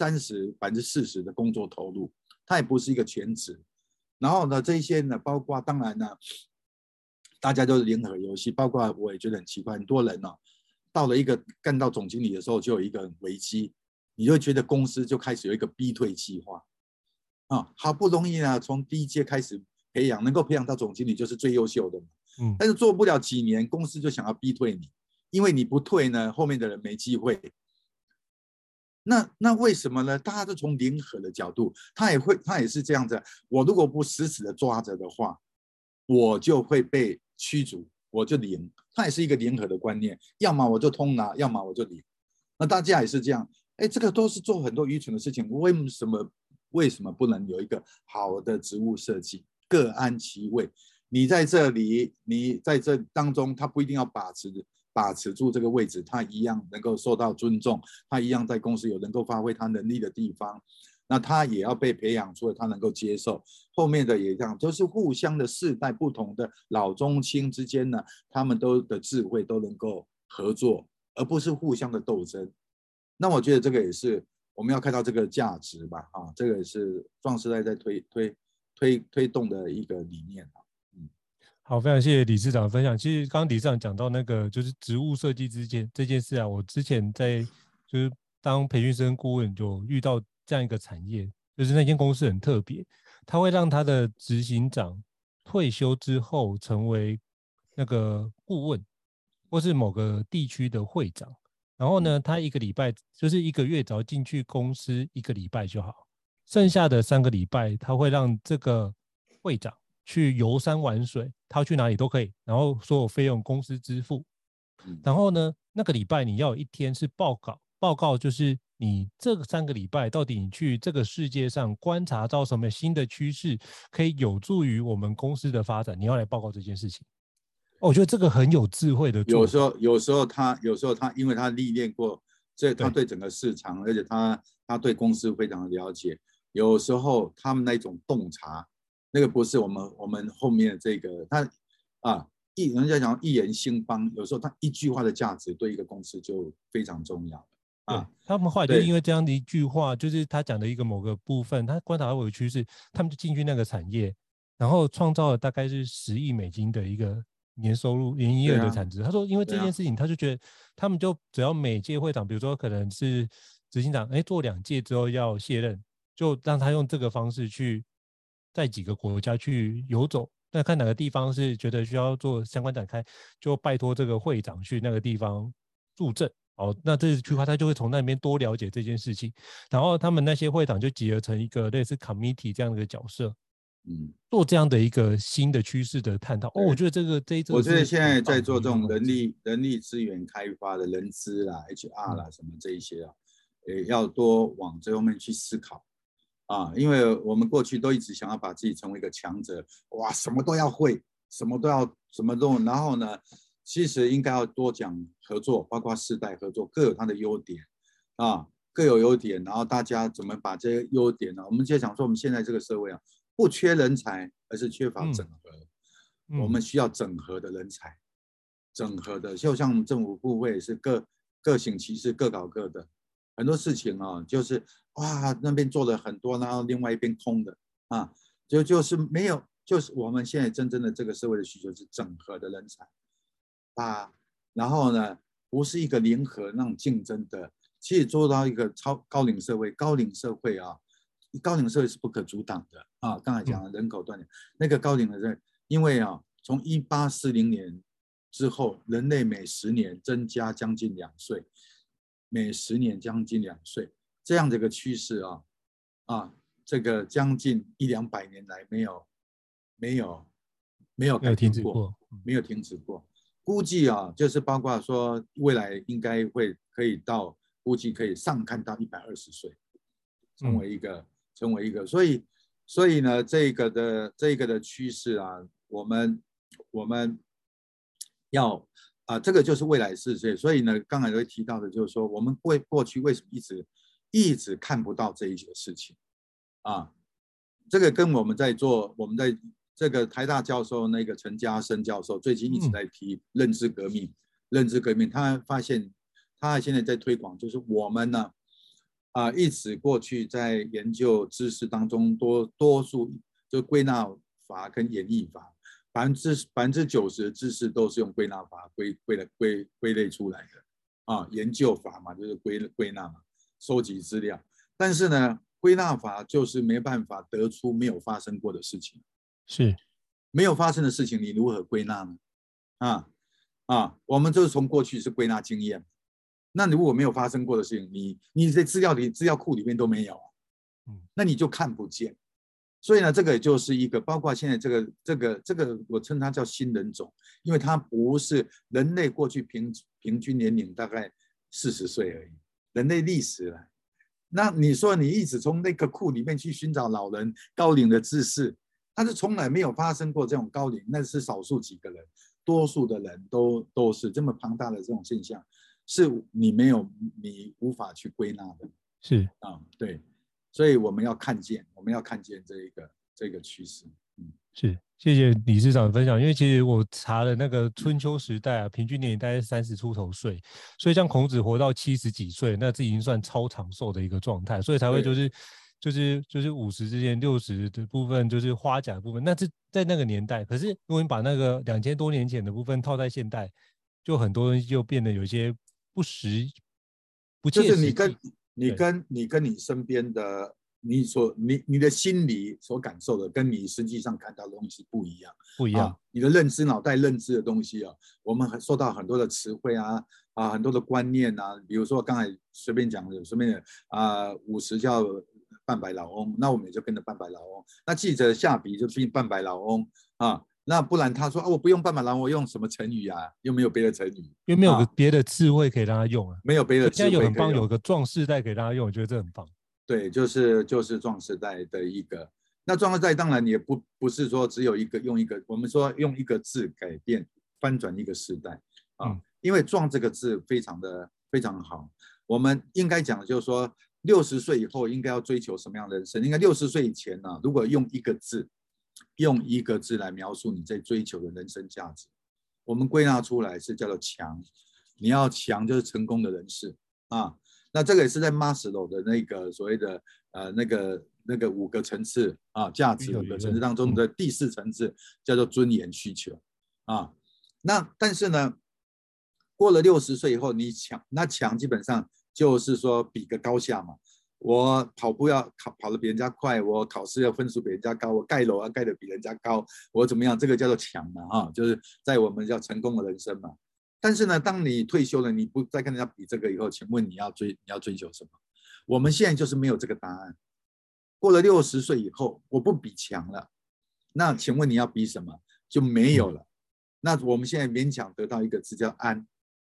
30%、40%的工作投入，他也不是一个全职。然后呢这些呢包括当然呢大家都是零和游戏，包括我也觉得很奇怪，很多人到了一个干到总经理的时候，就有一个危机，你就会觉得公司就开始有一个逼退计划啊，好不容易呢，从第一届开始培养，能够培养到总经理就是最优秀的嘛。但是做不了几年，公司就想要逼退你，因为你不退呢，后面的人没机会。那为什么呢？大家都从零和的角度，他也是这样子。我如果不死死的抓着的话，我就会被驱逐，我就零。它也是一个零和的观念，要么我就通拿，要么我就零。那大家也是这样，哎，这个都是做很多愚蠢的事情。为什么不能有一个好的职务设计，各安其位？你在这里，你在这当中，他不一定要把持住这个位置，他一样能够受到尊重，他一样在公司有能够发挥他能力的地方，那他也要被培养出来，他能够接受。后面的也这样，就是互相的世代不同的老中青之间呢，他们都的智慧都能够合作，而不是互相的斗争。那我觉得这个也是我们要看到这个价值吧，啊，这个也是壮世代在推动的一个理念。 好，非常谢谢理事长的分享。其实刚刚理事长讲到那个就是职务设计这件事啊，我之前在就是当培训生顾问就遇到这样一个产业，就是那间公司很特别，他会让他的执行长退休之后成为那个顾问，或是某个地区的会长。然后呢，他一个礼拜就是1个月，只要进去公司1个礼拜就好，剩下的3个礼拜他会让这个会长去游山玩水，他去哪里都可以，然后所有费用公司支付。然后呢，那个礼拜你要有1天是报告就是你这3个礼拜到底你去这个世界上观察到什么新的趋势，可以有助于我们公司的发展，你要来报告这件事情。我觉得这个很有智慧的做法。 有时候他因为他历练过，这他对整个市场，而且他对公司非常的了解。有时候他们那种洞察，那个不是我们后面的这个他啊，人家讲一言兴邦，有时候他一句话的价值对一个公司就非常重要了。 啊，他们后来就因为这样的一句话，就是他讲的一个某个部分，他观察到有趋势，他们就进去那个产业，然后创造了大概是10亿美金的一个年收入、年营业额的产值。他说，因为这件事情，他就觉得他们就只要每届会长，比如说可能是执行长，做2届之后要卸任，就让他用这个方式去在几个国家去游走。那看哪个地方是觉得需要做相关展开，就拜托这个会长去那个地方助阵。那这句话他就会从那边多了解这件事情，然后他们那些会长就集合成一个类似 committee 这样的一个角色，做这样的一个新的趋势的探讨。我觉得我觉得现在在做这种人力资源开发的人资啦、HR 啦什么这一些啊，要多往这方面去思考啊，因为我们过去都一直想要把自己成为一个强者，哇，什么都要会，什么都，然后呢？其实应该要多讲合作，包括世代合作，各有它的优点啊，各有优点。然后大家怎么把这些优点呢？我们就想说，我们现在这个社会啊，不缺人才，而是缺乏整合。我们需要整合的人才，整合的，就像政府部会是各行其事，各搞各的。很多事情啊，就是哇，那边做了很多，然后另外一边空的啊，就是没有，就是我们现在真正的这个社会的需求是整合的人才。然后呢，不是一个零和那种竞争的，其实做到一个高龄社会啊，高龄社会是不可阻挡的啊。刚才讲的人口断裂，那个高龄的人，因为啊，从1840年之后，人类每10年增加将近2岁，每10年将近2岁，这样的一个趋势啊，这个将近100-200年来没有改变过，没有停止过。估计啊，就是包括说未来应该估计可以上看到120岁，成为一个，所以呢，这个的趋势啊，我们要这个就是未来世界。所以呢，刚才会提到的就是说，我们过去为什么一直看不到这一些事情啊？这个跟我们在这个台大教授那个陈嘉生教授最近一直在提认知革命，他发现他现在在推广，就是我们呢一直过去在研究知识当中多数就归纳法跟演绎法，90%的知识都是用归纳法归类出来的研究法嘛，就是归纳嘛，收集资料。但是呢，归纳法就是没办法得出没有发生过的事情。 是没有发生的事情，你如何归纳呢？我们就是从过去是归纳经验。那如果没有发生过的事情，你在资料库里面都没有啊，那你就看不见。所以呢，这个也就是一个，包括现在这个，我称它叫新人种，因为它不是人类过去平均年龄大概40岁而已，人类历史来。那你说你一直从那个库里面去寻找老人高龄的知识，但是从来没有发生过这种高龄，那是少数几个人，多数的人都是这么庞大的这种现象，是你无法去归纳的。 是对，所以我们要看见这个趋势。 是，谢谢理事长的分享。因为其实我查了那个春秋时代平均年龄大概30出头岁，所以像孔子活到70几岁，那这已经算超长寿的一个状态，所以才会就是50之间60的部分就是花甲的部分，那是在那个年代。可是如果你把那个2000多年前的部分套在现代，就很多东西就变得有一些不切实际。 就是你跟你身边的你的心理所感受的，跟你实际上看到的东西不一样。你的脑袋认知的东西我们受到很多的词汇很多的观念比如说刚才随便讲的50叫半白老翁，那我们也就跟着半白老翁。那记者下笔就拼半白老翁那不然他说我不用半白老翁，我用什么成语又没有别的成语， 因为没有别的智慧可以让他用没有别的智慧可以用。 现在有很棒，有个壮世代可以让他用，我觉得这很棒。 对，就是壮世代的一个。那壮世代当然也不是说只有我们说用一个字改变翻转一个时代因为壮这个字非常好。我们应该讲的就是说60岁以后应该要追求什么样的人生，应该60岁以前如果用一个字来描述你在追求的人生价值，我们归纳出来是叫做强。你要强就是成功的人士那这个也是在马斯洛的那个所谓的那个5个层次价值5个层次当中的第4层次叫做尊严需求那但是呢，过了60岁以后，你强基本上就是说比个高下嘛。我跑步要跑得比人家快，我考试要分数比人家高，我盖楼要盖得比人家高，我怎么样？这个叫做强嘛就是在我们叫成功的人生嘛。但是呢，当你退休了，你不再跟人家比这个以后，请问你要追求什么？我们现在就是没有这个答案。过了60岁以后，我不比强了，那请问你要比什么？就没有了。那我们现在勉强得到一个字叫安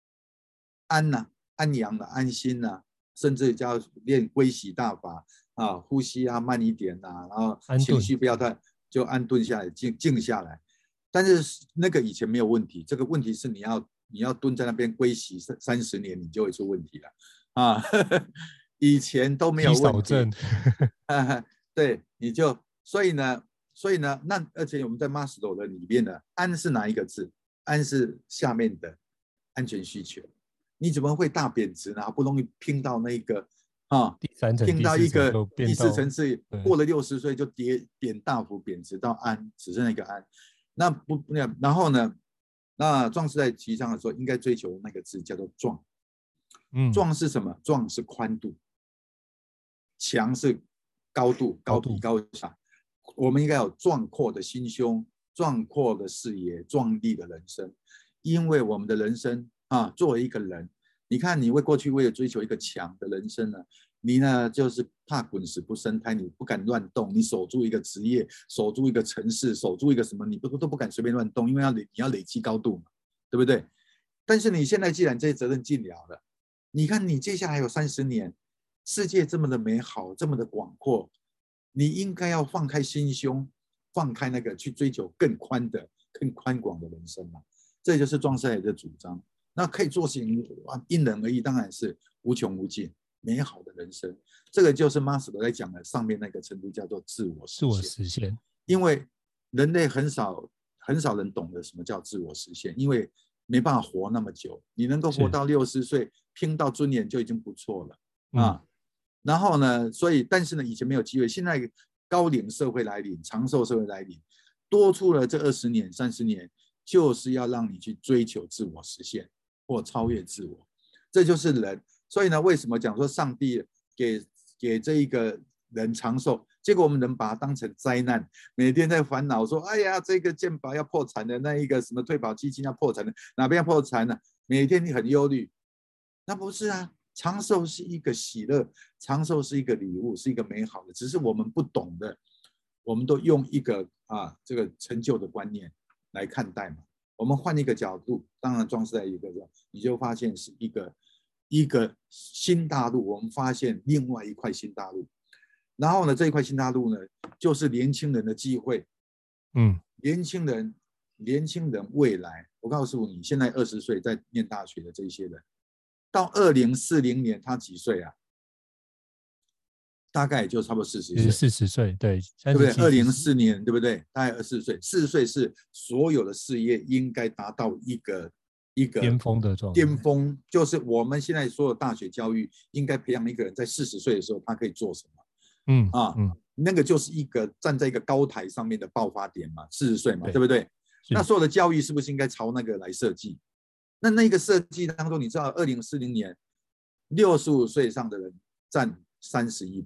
安阳的安心甚至叫练归喜大法呼吸慢一点然后情绪不要太就安顿下来，静下来。但是那个以前没有问题，这个问题是你要蹲在那边归习30年，你就会出问题了以前都没有问题对，所以呢，那而且我们在马斯洛的里面呢，安是哪一个字？安是下面的安全需求。你怎么会大贬值呢？好不容易拼到那个第3层拼到一个第4层次，过了60岁就贬大幅贬值到安，只剩一个安。然后呢，那壮士在提倡的时候，应该追求那个字叫做壮。壮是什么？壮是宽度，强是高度，高比高下。我们应该有壮阔的心胸、壮阔的视野、壮丽的人生。因为我们的人生作为一个人，你看你过去为了追求一个强的人生呢，你呢就是怕滚石不生胎，你不敢乱动，你守住一个职业，守住一个城市，守住一个什么，你都不敢随便乱动，因为你要累积高度嘛，对不对？但是你现在既然这些责任尽了了，你看你接下来还有30年，世界这么的美好，这么的广阔，你应该要放开心胸，放开那个去追求更宽广的人生嘛。这就是壮士的主张。那可以做事情因人而异，当然是无穷无尽美好的人生。这个就是马斯洛在讲的上面那个程度，叫做自我实现。因为人类很少人懂得什么叫自我实现，因为没办法活那么久。你能够活到60岁，拼到尊严就已经不错了然后呢，但是呢，以前没有机会，现在高龄社会来临，长寿社会来临，多出了这20年、30年，就是要让你去追求自我实现或超越自我。 这就是人。所以呢，为什么讲说上帝给这一个人长寿，结果我们人把它当成灾难，每天在烦恼说，哎呀，这个健保要破产的，那一个什么退保基金要破产的，哪边要破产了，每天你很忧虑。那不是啊，长寿是一个喜乐，长寿是一个礼物，是一个美好的，只是我们不懂的，我们都用一个这个陈旧的观念来看待嘛。我们换一个角度，当然壮士代一个，你就发现是一个新大陆，我们发现另外一块新大陆。然后呢，这一块新大陆呢，就是年轻人的机会。年轻人未来，我告诉你，现在20岁在念大学的这些人，到2040年他几岁啊？大概也就差不多40岁 ，40岁，对， 对不对？2040年，对不对？大概24岁，40岁是所有的事业应该达到一个巅峰的状态。 巅峰就是我们现在所有大学教育应该培养一个人在40岁的时候他可以做什么？那个就是一个站在一个高台上面的爆发点嘛，40岁嘛，对不对？那所有的教育是不是应该朝那个来设计？那个设计当中，你知道2040年65岁以上的人占31%，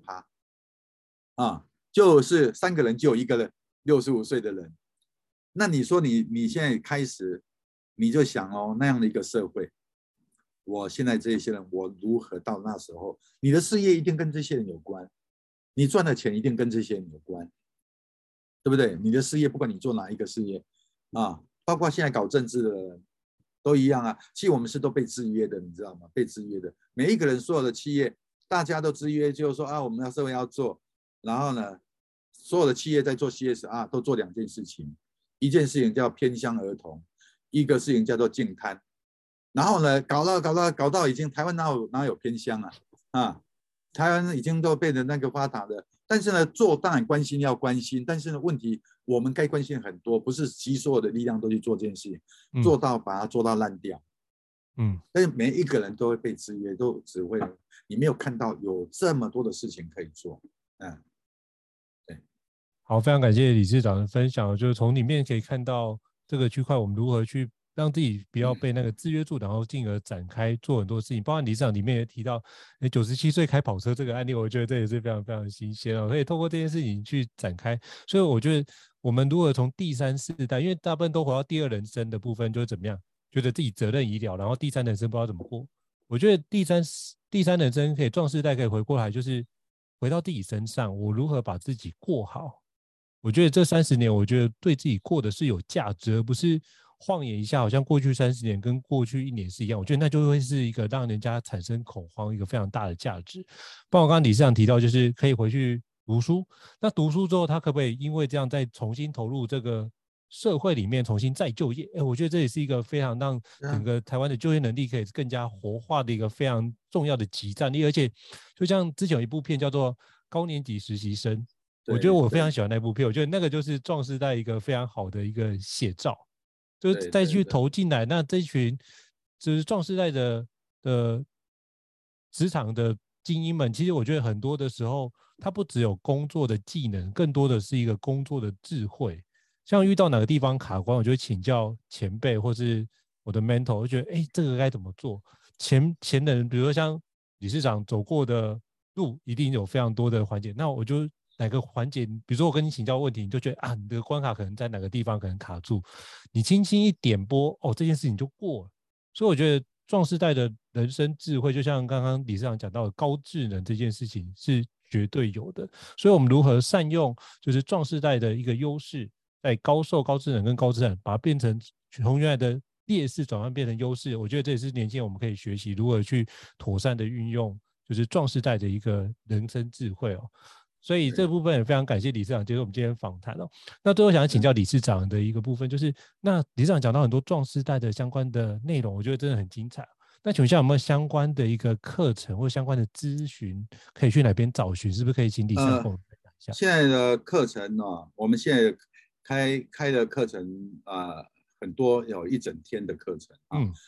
就是3个人就有1个人65岁的人。那你说你现在开始，你就想那样的一个社会，我现在这些人，我如何到那时候？你的事业一定跟这些人有关，你赚的钱一定跟这些人有关，对不对？你的事业，不管你做哪一个事业包括现在搞政治的人都一样啊。其实我们是都被制约的，你知道吗？被制约的，每一个人所有的企业，大家都制约，就是说我们要社会要做，然后呢，所有的企业在做 CS 都做2件事情，一件事情叫偏乡儿童，一个事情叫做净滩。然后呢，搞到已经台湾哪有偏乡台湾已经都变成那个发达的，但是呢，做当然关心要关心，但是呢，问题我们该关心很多，不是集所有的力量都去做这件事情，把它做到烂掉。但是每一个人都会被制约，都只会你没有看到有这么多的事情可以做。对。 好，非常感谢理事长的分享，就是从里面可以看到这个区块我们如何去让自己不要被那个制约住，然后进而展开做很多事情。包括理事长里面也提到97岁开跑车这个案例，我觉得这也是非常非常新鲜可以透过这件事情去展开。所以我觉得我们如何从第3世代，因为大部分都回到第2人生的部分，就是怎么样觉得自己责任已了，然后第3人生不知道怎么过。我觉得第三人生可以壮世代可以回过来，就是回到自己身上，我如何把自己过好。我觉得这30年，我觉得对自己过的是有价值，而不是晃眼一下，好像过去30年跟过去1年是一样。我觉得那就会是一个让人家产生恐慌，一个非常大的价值。包括刚刚理事长提到，就是可以回去读书。那读书之后，他可不可以因为这样再重新投入这个社会里面，重新再就业？我觉得这也是一个非常让整个台湾的就业能力可以更加活化的一个非常重要的集战力。而且，就像之前有一部片叫做《高年级实习生》。我觉得我非常喜欢那部片，我觉得那个就是壮世代一个非常好的一个写照，就是再去投进来，那这群就是壮世代的职场的精英们，其实我觉得很多的时候，他不只有工作的技能，更多的是一个工作的智慧。像遇到哪个地方卡关，我就会请教前辈或是我的 mentor， 我觉得这个该怎么做？前人，比如说像理事长走过的路，一定有非常多的环节，那我就哪个环节，比如说我跟你请教问题，你就觉得你的关卡可能在哪个地方可能卡住，你轻轻一点拨，这件事情就过了。所以我觉得壮世代的人生智慧，就像刚刚理事长讲到的高智能这件事情是绝对有的。所以我们如何善用就是壮世代的一个优势，在高寿、高智能跟高资产，把它变成从原来的劣势转换变成优势，我觉得这也是年轻人我们可以学习如何去妥善的运用就是壮世代的一个人生智慧所以这部分也非常感谢理事长接受我们今天访谈那最后想要请教理事长的一个部分，就是那理事长讲到很多壮世代的相关的内容，我觉得真的很精彩那请问一下有没有相关的一个课程或相关的咨询可以去哪边找寻？是不是可以请理事长跟我们分享一下？ 现在的课程我们现在开的课程很多，有1整天的课程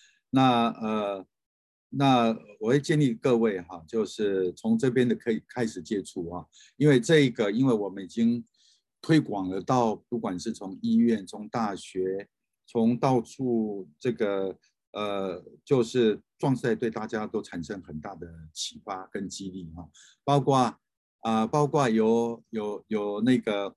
那我会建议各位就是从这边的可以开始接触因为因为我们已经推广了到不管是从医院、从大学、从到处这个就是壮士代对大家都产生很大的启发跟激励哈，包括有那个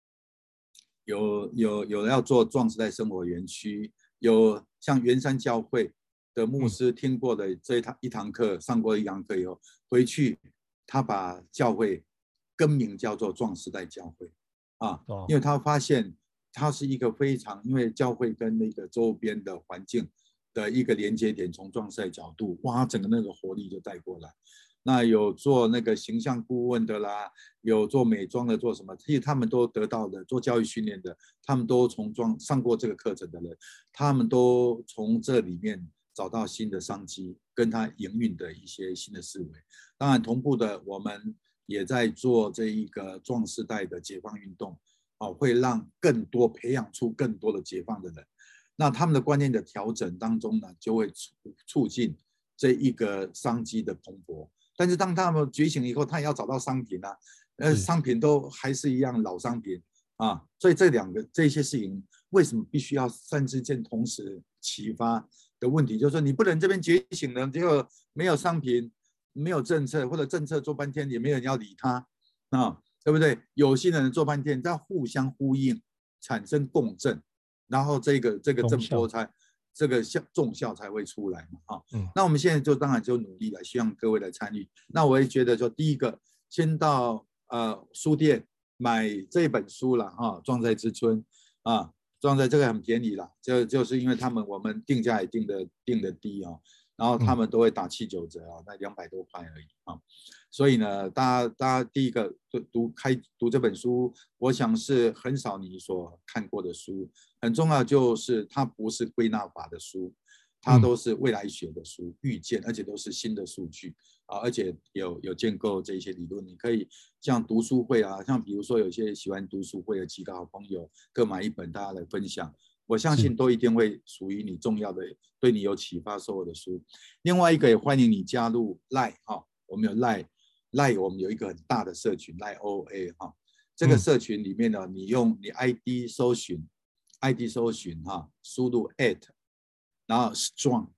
有要做壮士代生活园区，有像圆山教会的牧师听过的这一堂课，上过一堂课以后回去，他把教会更名叫做壮士代教会啊，因为他发现它是一个非常，因为教会跟那个周边的环境的一个连接点，从壮士代角度，哇，整个那个活力就带过来。那有做那个形象顾问的啦，有做美妆的，做什么？其实他们都得到的，做教育训练的，他们都上过这个课程的人，他们都从这里面找到新的商机，跟他营运的一些新的思维。当然，同步的，我们也在做这一个壮士代的解放运动，会让培养出更多的解放的人。那他们的观念的调整当中呢，就会促进这一个商机的蓬勃。但是当他们觉醒以后，他也要找到商品啊，商品都还是一样老商品啊，所以这些事情为什么必须要三支箭同时启发的问题，就是说你不能这边觉醒了，结果没有商品，没有政策，或者政策做半天也没有人要理他啊，对不对？有心人做半天，要互相呼应，产生共振，然后这个振波这个重效才会出来嘛，那我们现在就当然就努力了，希望各位来参与。那我也觉得说，第一个先到书店买这本书了哈，壮哉之春啊，壮哉这个很便宜啦，就是因为我们定价也定的低哦，然后他们都会打79折啊，那200多块而已啊。所以呢，大家第一个读这本书，我想是很少你所看过的书。很重要就是它不是归纳法的书，它都是未来学的书，预见，而且都是新的数据啊，而且有建构这些理论。你可以像读书会啊，像比如说有些喜欢读书会的几个好朋友各买一本，大家来分享。我相信都一定会属于你重要的，对你有启发收获的书。另外一个也欢迎你加入 LINE 哈，我们有 LINE 我们有一个很大的社群 LINE OA 哈，这个社群里面呢，你用你 ID 搜寻哈，输入 @ 然后 strong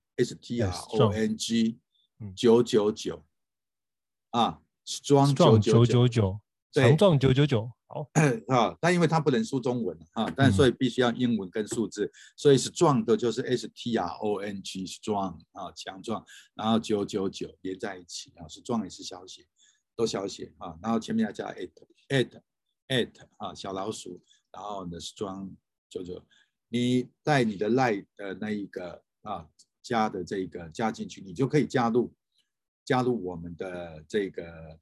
STRONG 999啊 strong 999强壮999好啊，但因为它不能输中文啊，但所以必须要英文跟数字，所以 strong 的就是 STRONG strong 啊强壮，然后999连在一起啊 ，strong 也是小写，都小写啊，然后前面要加 @ 啊小老鼠，然后呢 strong 99，你在你的 LINE 的那一个加进去，你就可以加入我们的这个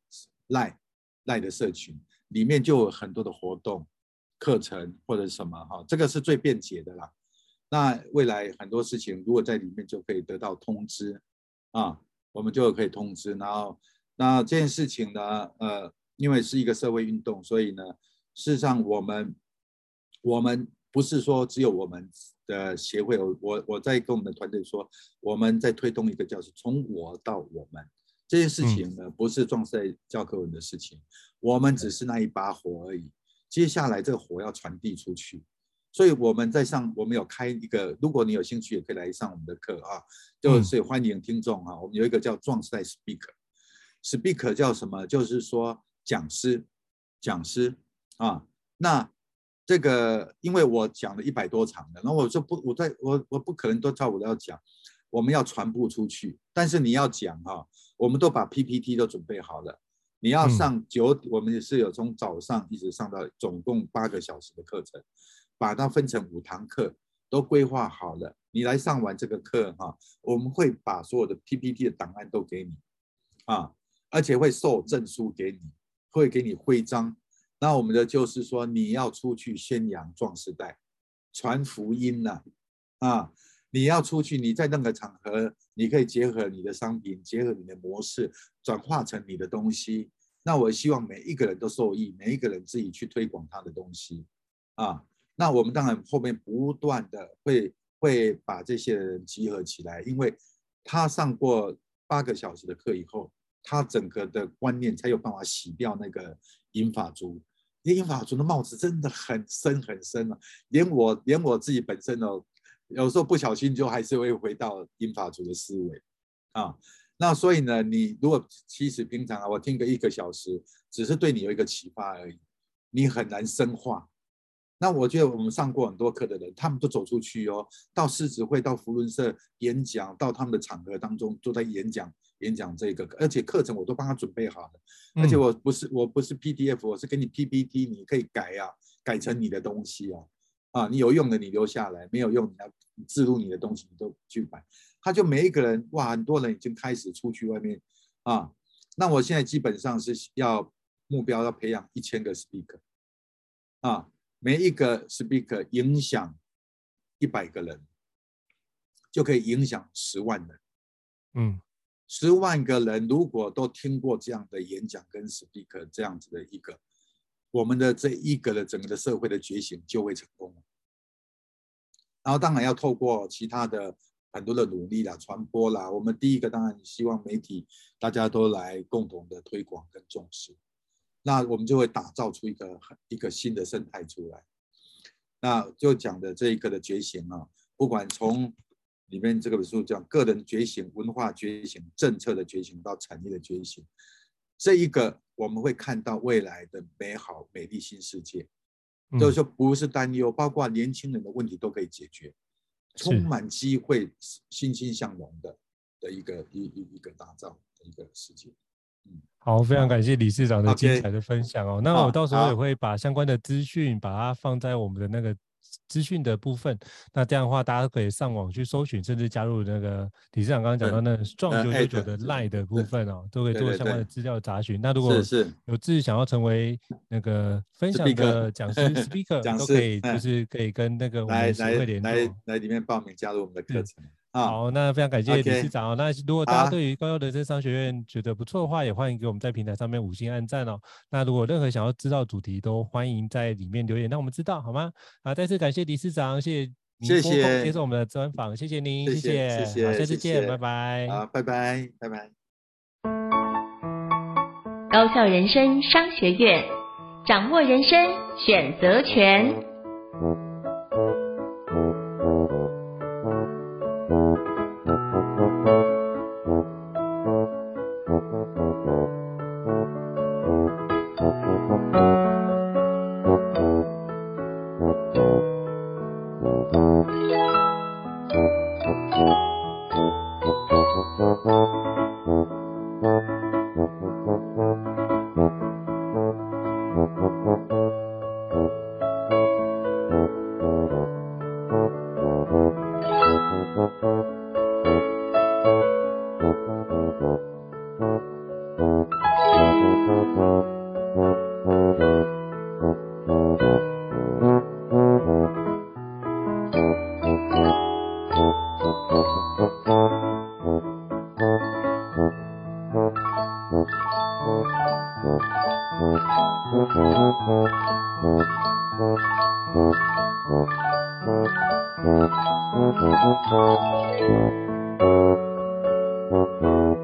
LINE 的社群，里面就有很多的活动、课程或者什么哈，这个是最便捷的啦。那未来很多事情如果在里面就可以得到通知啊，我们就可以通知。然后那这件事情呢，因为是一个社会运动，所以呢，事实上我们不是说只有我们的协会，我在跟我们的团队说，我们在推动一个叫做从我到我们这件事情呢，不是壮士代教科文的事情，我们只是那一把火而已。接下来这个火要传递出去，所以我们有开一个，如果你有兴趣也可以来上我们的课啊，就是欢迎听众啊。我们有一个叫壮士代 speaker 叫什么？就是说讲师啊，那。这个因为我讲了100多场的，然后我不可能都照我要讲，我们要传播出去。但是你要讲哈，我们都把 PPT 都准备好了。你要上我们也是有从早上一直上到总共8个小时的课程，把它分成5堂课，都规划好了。你来上完这个课哈，我们会把所有的 PPT 的档案都给你啊，而且会授证书给你，会给你徽章。那我们的就是说，你要出去宣扬壮士代，传福音了啊！你要出去，你在那个场合，你可以结合你的商品，结合你的模式，转化成你的东西。那我希望每一个人都受益，每一个人自己去推广他的东西啊。那我们当然后面不断的会把这些人集合起来，因为他上过8个小时的课以后，他整个的观念才有办法洗掉那个银发族。因为银发族的帽子真的很深很深了，连我自己本身有时候不小心就还是会回到英法族的思维啊。那所以呢，你如果其实平常我听个1个小时，只是对你有一个启发而已，你很难深化。那我觉得我们上过很多课的人，他们都走出去哦，到狮子会、到福伦社演讲，到他们的场合当中都在演讲这个，而且课程我都帮他准备好了，而且我不是 PDF， 我是给你 PPT， 你可以改成你的东西你有用的你留下来，没有用你要置入你的东西你都去摆。他就每一个人很多人已经开始出去外面那我现在基本上是目标要培养1000个 speaker 每一个 speaker 影响100个人，就可以影响10万人。10万个人如果都听过这样的演讲跟 speaker 这样子的我们的这一个的整个的社会的觉醒就会成功了。然后当然要透过其他的很多的努力啦、传播啦，我们第一个当然希望媒体大家都来共同的推广跟重视，那我们就会打造出一个新的生态出来。那就讲的这一个的觉醒不管从里面这本书讲个人觉醒、文化觉醒、政策的觉醒到产业的觉醒，这一个我们会看到未来的美好美丽新世界。就是说不是担忧，包括年轻人的问题都可以解决，充满机会、欣欣向荣的一个打造的一个世界。 好，非常感谢理事长的精彩的分享那我到时候也会把相关的资讯把它放在我们的那个资讯的部分，那这样的话大家可以上网去搜寻，甚至加入那个理事长刚刚讲到那壮999的 LINE 的部分都可以做相关的资料查询。那如果有志想要成为那个分享的讲师 speaker 都可以，就是可以跟那个我们协会联络， 来里面报名加入我们的课程。 好，那非常感谢理事长那如果大家对于高效人生商学院觉得不错的话，也欢迎给我们在平台上面5星按赞那如果任何想要知道主题，都欢迎在里面留言让我们知道，好吗？再次感谢理事长，谢谢您拨空接受我们的专访，谢谢您，谢谢，好，下次见，拜拜。 好，拜拜，拜拜。 高效人生商学院，掌握人生选择权。 Thank you.